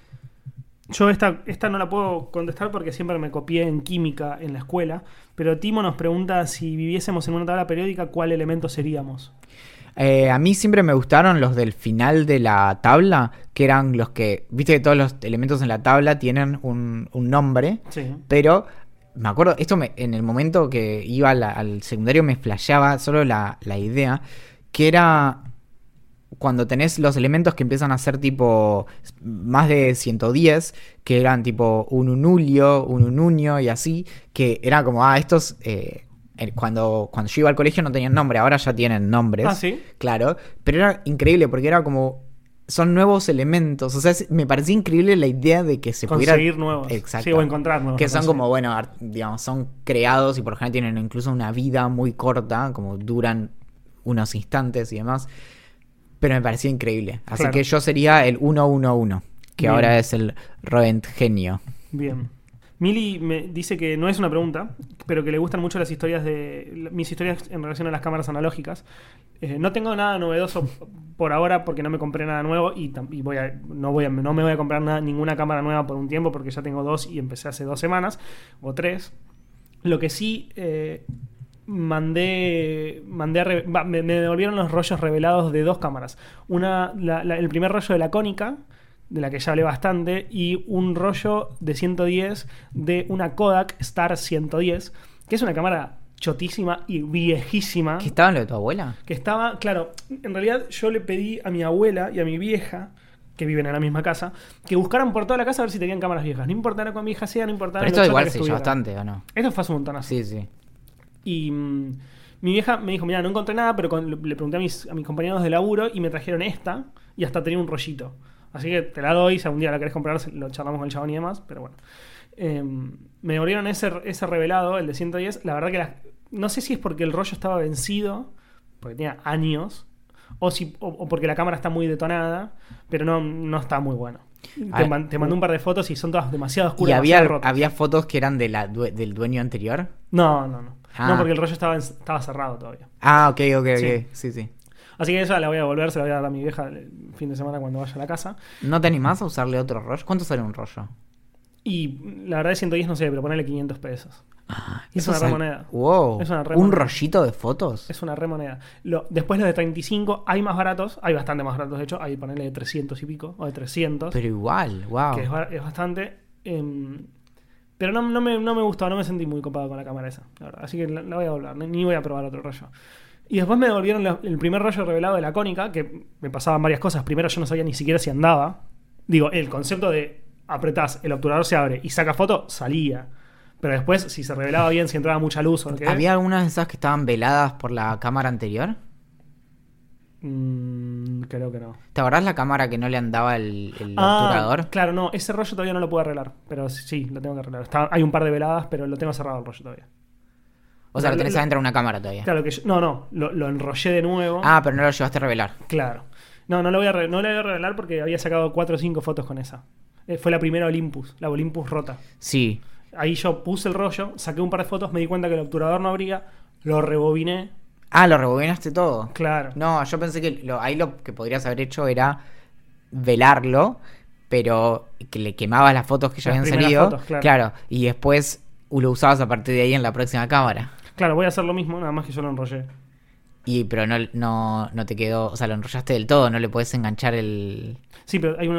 Yo esta no la puedo contestar porque siempre me copié en química en la escuela, pero Timo nos pregunta si viviésemos en una tabla periódica, ¿cuál elemento seríamos? A mí siempre me gustaron los del final de la tabla, que eran los que... Viste que todos los elementos en la tabla tienen un nombre, sí. Pero me acuerdo, en el momento que iba al secundario me flasheaba solo la idea, que era... Cuando tenés los elementos que empiezan a ser tipo más de 110, que eran tipo un unulio, un unuño y así, que era como, estos cuando yo iba al colegio no tenían nombre, ahora ya tienen nombres. ¿Sí? Claro, pero era increíble porque era como, son nuevos elementos, o sea, me parecía increíble la idea de que se pudiera conseguir nuevos. Exacto. Sí, o encontrar nuevos. Que son como, bueno, digamos, son creados y por lo general tienen incluso una vida muy corta, como duran unos instantes y demás. Pero me parecía increíble. Así que yo sería el 111, que bien. Ahora es el Röntgenio. Bien. Mili me dice que no es una pregunta, pero que le gustan mucho mis historias en relación a las cámaras analógicas. No tengo nada novedoso por ahora porque no me compré nada nuevo y no me voy a comprar ninguna cámara nueva por un tiempo porque ya tengo 2 y empecé hace 2 semanas o 3. Lo que sí... me devolvieron los rollos revelados de 2 cámaras. El primer rollo de la Konica, de la que ya hablé bastante, y un rollo de 110 de una Kodak Star 110, que es una cámara chotísima y viejísima. ¿Que estaba en lo de tu abuela? Que estaba, claro, en realidad yo le pedí a mi abuela y a mi vieja, que viven en la misma casa, que buscaran por toda la casa a ver si tenían cámaras viejas. No importara cuán vieja sea, no importara. Pero esto igual se hizo bastante, ¿o no? Esto fue hace un montón así. Sí. Y mi vieja me dijo, mira, no encontré nada, pero le pregunté a mis compañeros de laburo y me trajeron esta y hasta tenía un rollito. Así que te la doy, si algún día la querés comprar, lo charlamos con el chabón y demás, pero bueno. Me devolvieron ese revelado, el de 110. La verdad que no sé si es porque el rollo estaba vencido, porque tenía años, o porque la cámara está muy detonada, pero no está muy bueno. Te mandé un par de fotos y son todas demasiado oscuras. ¿Y había fotos que eran del dueño anterior? No. No, porque el rollo estaba cerrado todavía. Ah, ok. Sí. Así que esa la voy a devolver, se la voy a dar a mi vieja el fin de semana cuando vaya a la casa. ¿No te animás a usarle otro rollo? ¿Cuánto sale un rollo? Y la verdad de 110 no sé, pero ponerle 500 pesos. Es una remoneda. Wow. Es una ¿Un rollito de fotos? Es una remoneda. Después los de 35 hay más baratos, hay bastante más baratos de hecho, hay ponerle de 300 y pico, o de 300. Pero igual, wow. Que es bastante. Pero no me gustó, no me sentí muy copado con la cámara esa, la verdad. Así que la voy a doblar, ni voy a probar otro rollo. Y después me devolvieron el primer rollo revelado de la Konica, que me pasaban varias cosas. Primero yo no sabía ni siquiera si andaba. Digo, el concepto de apretás, el obturador se abre y saca foto, salía. Pero después, si se revelaba bien, si entraba mucha luz o lo que ¿Había algunas de esas que estaban veladas por la cámara anterior? Creo que no. ¿Te acordás la cámara que no le andaba el obturador? Claro, no, ese rollo todavía no lo puedo arreglar. Pero sí, lo tengo que arreglar. Hay un par de veladas, pero lo tengo cerrado el rollo todavía. O sea, lo tenés adentro de una cámara todavía. Claro que lo enrollé de nuevo. Ah, pero no lo llevaste a revelar. Claro. No lo voy a revelar porque había sacado 4 o 5 fotos con esa. Fue la primera Olympus, la Olympus rota. Sí. Ahí yo puse el rollo, saqué un par de fotos, me di cuenta que el obturador no abría, lo rebobiné. Ah, ¿lo rebobinaste todo? Claro. No, yo pensé que ahí lo que podrías haber hecho era velarlo, pero que le quemabas las fotos que ya habían salido. Fotos, claro. Y después lo usabas a partir de ahí en la próxima cámara. Claro, voy a hacer lo mismo, nada más que yo lo enrollé. Pero no te quedó, o sea, lo enrollaste del todo, no le podés enganchar el... Sí, pero hay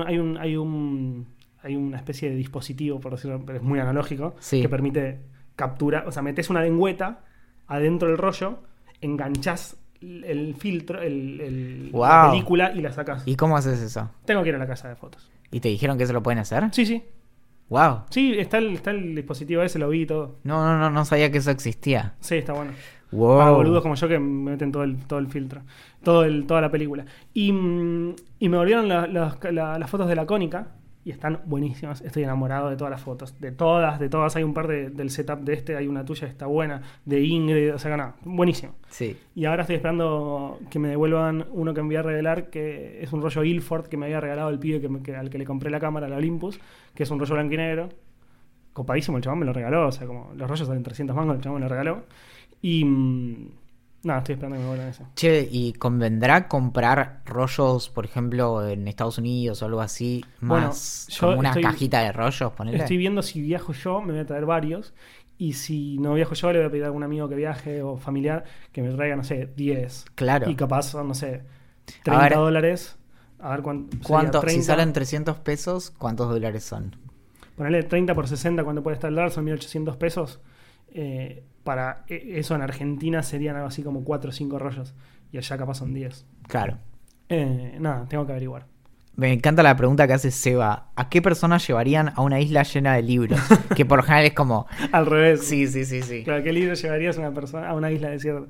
una especie de dispositivo, por decirlo, pero es muy analógico, sí, que permite capturar, o sea, metes una lengüeta adentro del rollo, enganchás el filtro, la película y la sacás. ¿Y cómo haces eso? Tengo que ir a la casa de fotos. ¿Y te dijeron que eso lo pueden hacer? Sí. Wow. Sí, está el dispositivo ese, lo vi y todo. No sabía que eso existía. Sí, está bueno. Wow. Para boludos como yo que me meten todo el filtro, toda la película. Y me volvieron las fotos de la Konica y están buenísimas. Estoy enamorado de todas las fotos, de todas. Hay un par del setup de hay una tuya que está buena, de Ingrid, o sea, nada, buenísimo. Sí. Y ahora estoy esperando que me devuelvan uno que me voy a revelar, que es un rollo Ilford que me había regalado el pibe al que le compré la cámara, la Olympus, que es un rollo blanco y negro. Copadísimo, el chabón me lo regaló, o sea, como los rollos salen 300 mangos, el chabón me lo regaló. Y nada, estoy esperando que me vuelvan eso. Che, ¿y convendrá comprar rollos, por ejemplo, en Estados Unidos o algo así, más como una cajita de rollos? Ponele. Estoy viendo si viajo yo, me voy a traer varios. Y si no viajo yo, le voy a pedir a algún amigo que viaje o familiar que me traiga, no sé, 10. Claro. Y capaz son, no sé, $30. A ver cuánto. Si salen 300 pesos, ¿cuántos dólares son? Ponele 30 por 60, ¿cuánto puede estar el dólar? Son 1.800 pesos. Para eso en Argentina serían algo así como 4 o 5 rollos. Y allá capaz son 10. Claro. Nada, tengo que averiguar. Me encanta la pregunta que hace Seba. ¿A qué personas llevarían a una isla llena de libros? Que por lo general es como... Al revés. Sí. Claro, ¿qué libro llevarías a una isla desierta?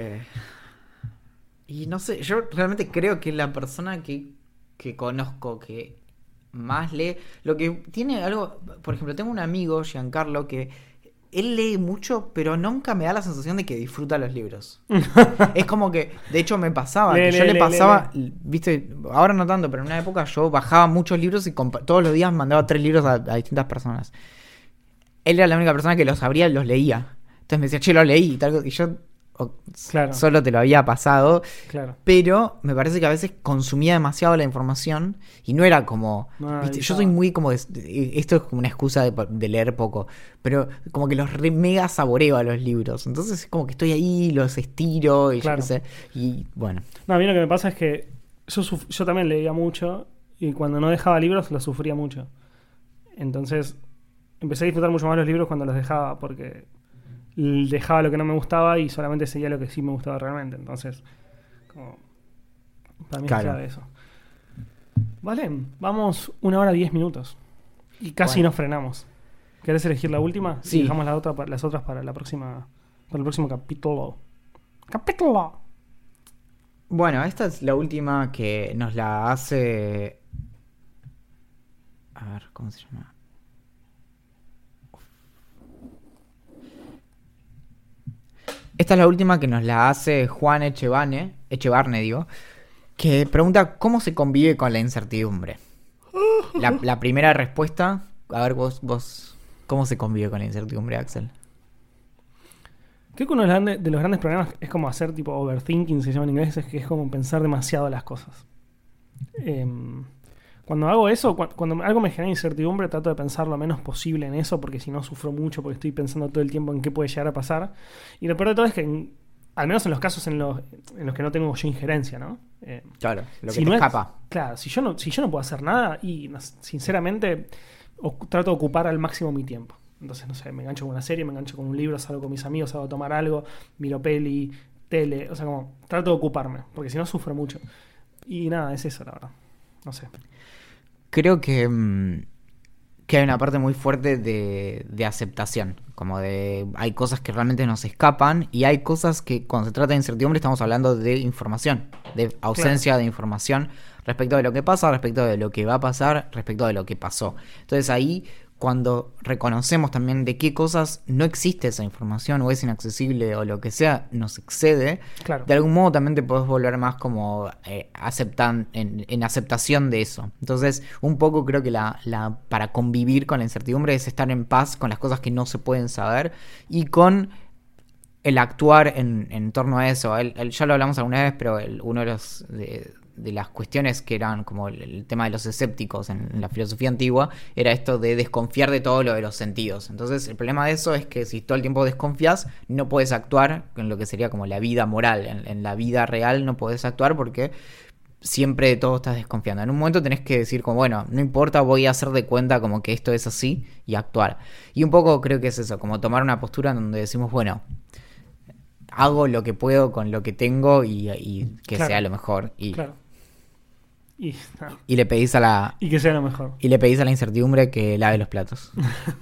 Y no sé, yo realmente creo que la persona que conozco que más lee... Lo que tiene algo... Por ejemplo, tengo un amigo, Giancarlo, que... Él lee mucho, pero nunca me da la sensación de que disfruta los libros. Es como que, de hecho, me pasaba. Viste, ahora no tanto, pero en una época yo bajaba muchos libros y todos los días mandaba 3 libros a distintas personas. Él era la única persona que los abría y los leía. Entonces me decía, che, lo leí y tal. Y yo solo te lo había pasado. Claro. Pero me parece que a veces consumía demasiado la información y no era como... ¿viste? Yo soy muy como... esto es como una excusa de leer poco, pero como que los mega saboreo a los libros. Entonces es como que estoy ahí, los estiro y claro. Yo qué sé. Y bueno. No, a mí lo que me pasa es que yo también leía mucho y cuando no dejaba libros los sufría mucho. Entonces empecé a disfrutar mucho más los libros cuando los dejaba porque... dejaba lo que no me gustaba y solamente seguía lo que sí me gustaba realmente. Entonces, como para mí es clave eso. Vale, vamos 1 hora 10 minutos. Y casi nos frenamos. ¿Querés elegir la última? Sí. Y dejamos las otras para la próxima. Para el próximo capítulo. Bueno, esta es la última que nos la hace A ver, ¿cómo se llama? Esta es la última que nos la hace Juan Echevarne, digo, que pregunta cómo se convive con la incertidumbre. La primera respuesta, a ver vos, ¿cómo se convive con la incertidumbre, Axel? Creo que uno de los grandes problemas es como hacer tipo overthinking, se llama en inglés, es que es como pensar demasiado las cosas. Cuando hago eso, cuando algo me genera incertidumbre, trato de pensar lo menos posible en eso, porque si no sufro mucho, porque estoy pensando todo el tiempo en qué puede llegar a pasar. Y lo peor de todo es que, al menos en los casos en los que no tengo yo injerencia, ¿no? Claro, lo que si te no escapa. Claro, si yo no puedo hacer nada, y sinceramente trato de ocupar al máximo mi tiempo. Entonces, no sé, me engancho con una serie, me engancho con un libro, salgo con mis amigos, salgo a tomar algo, miro peli, tele, o sea, como trato de ocuparme, porque si no sufro mucho. Y nada, es eso, la verdad. No sé. Creo que hay una parte muy fuerte de aceptación. Como hay cosas que realmente nos escapan y hay cosas que cuando se trata de incertidumbre estamos hablando de información, de ausencia de información respecto de lo que pasa, respecto de lo que va a pasar, respecto de lo que pasó. Entonces ahí, cuando reconocemos también de qué cosas no existe esa información o es inaccesible o lo que sea, nos excede, Claro. de algún modo también te podés volver más como en aceptación de eso. Entonces, un poco creo que para convivir con la incertidumbre es estar en paz con las cosas que no se pueden saber y con el actuar en torno a eso. Ya lo hablamos alguna vez, pero uno de las cuestiones que eran como el tema de los escépticos en la filosofía antigua era esto de desconfiar de todo lo de los sentidos. Entonces el problema de eso es que si todo el tiempo desconfías no puedes actuar en lo que sería como la vida moral, en la vida real no puedes actuar porque siempre de todo estás desconfiando. En un momento tenés que decir como bueno, no importa, voy a hacer de cuenta como que esto es así y actuar. Y un poco creo que es eso, como tomar una postura en donde decimos bueno, hago lo que puedo con lo que tengo y que Claro. sea lo mejor. Claro. Y le pedís a que sea lo mejor. y le pedís a la incertidumbre que lave los platos.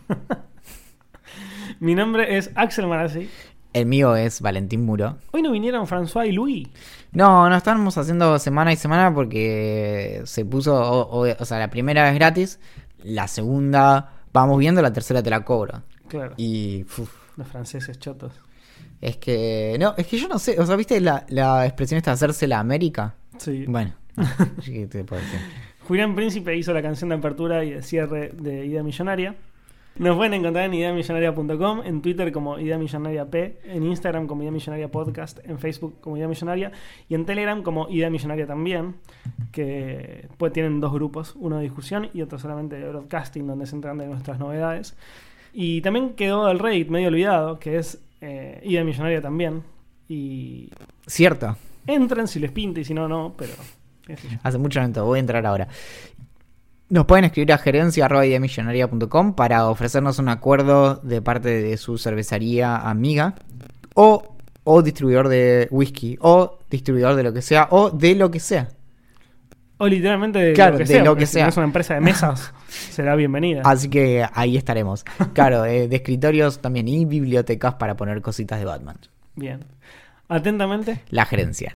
Mi nombre es Axel Marazzi. El mío es Valentín Muro. Hoy no vinieron François y Louis. No estábamos haciendo semana y semana porque se puso, o sea, la primera es gratis, la segunda vamos viendo, la tercera te la cobro. Claro. Y Los franceses chotos. es que yo no sé, o sea, ¿viste la expresión esta de hacerse la América? Sí. Bueno, ¿qué te puedo decir? Julián Príncipe hizo la canción de apertura y de cierre de Idea Millonaria. Nos pueden encontrar en ideamillonaria.com, en Twitter como Idea Millonaria P, en Instagram como Idea Millonaria Podcast, en Facebook como Idea Millonaria y en Telegram como Idea Millonaria también, que pues tienen dos grupos, uno de discusión y otro solamente de broadcasting, donde se enteran de nuestras novedades. Y también quedó el Reddit medio olvidado, que es Idea Millonaria también. Y Cierto. entren si les pinta y si no, no, pero... qué sé yo. Hace mucho momento, voy a entrar ahora. Nos pueden escribir a gerencia@ideamillonaria.com para ofrecernos un acuerdo de parte de su cervecería amiga o distribuidor de whisky o distribuidor de lo que sea o de lo que sea. O literalmente de Claro, lo que de sea, lo porque que si sea. no es una empresa de mesas, será bienvenida. Así que ahí estaremos. Claro, de escritorios también y bibliotecas para poner cositas de Batman. Bien. Atentamente. La gerencia.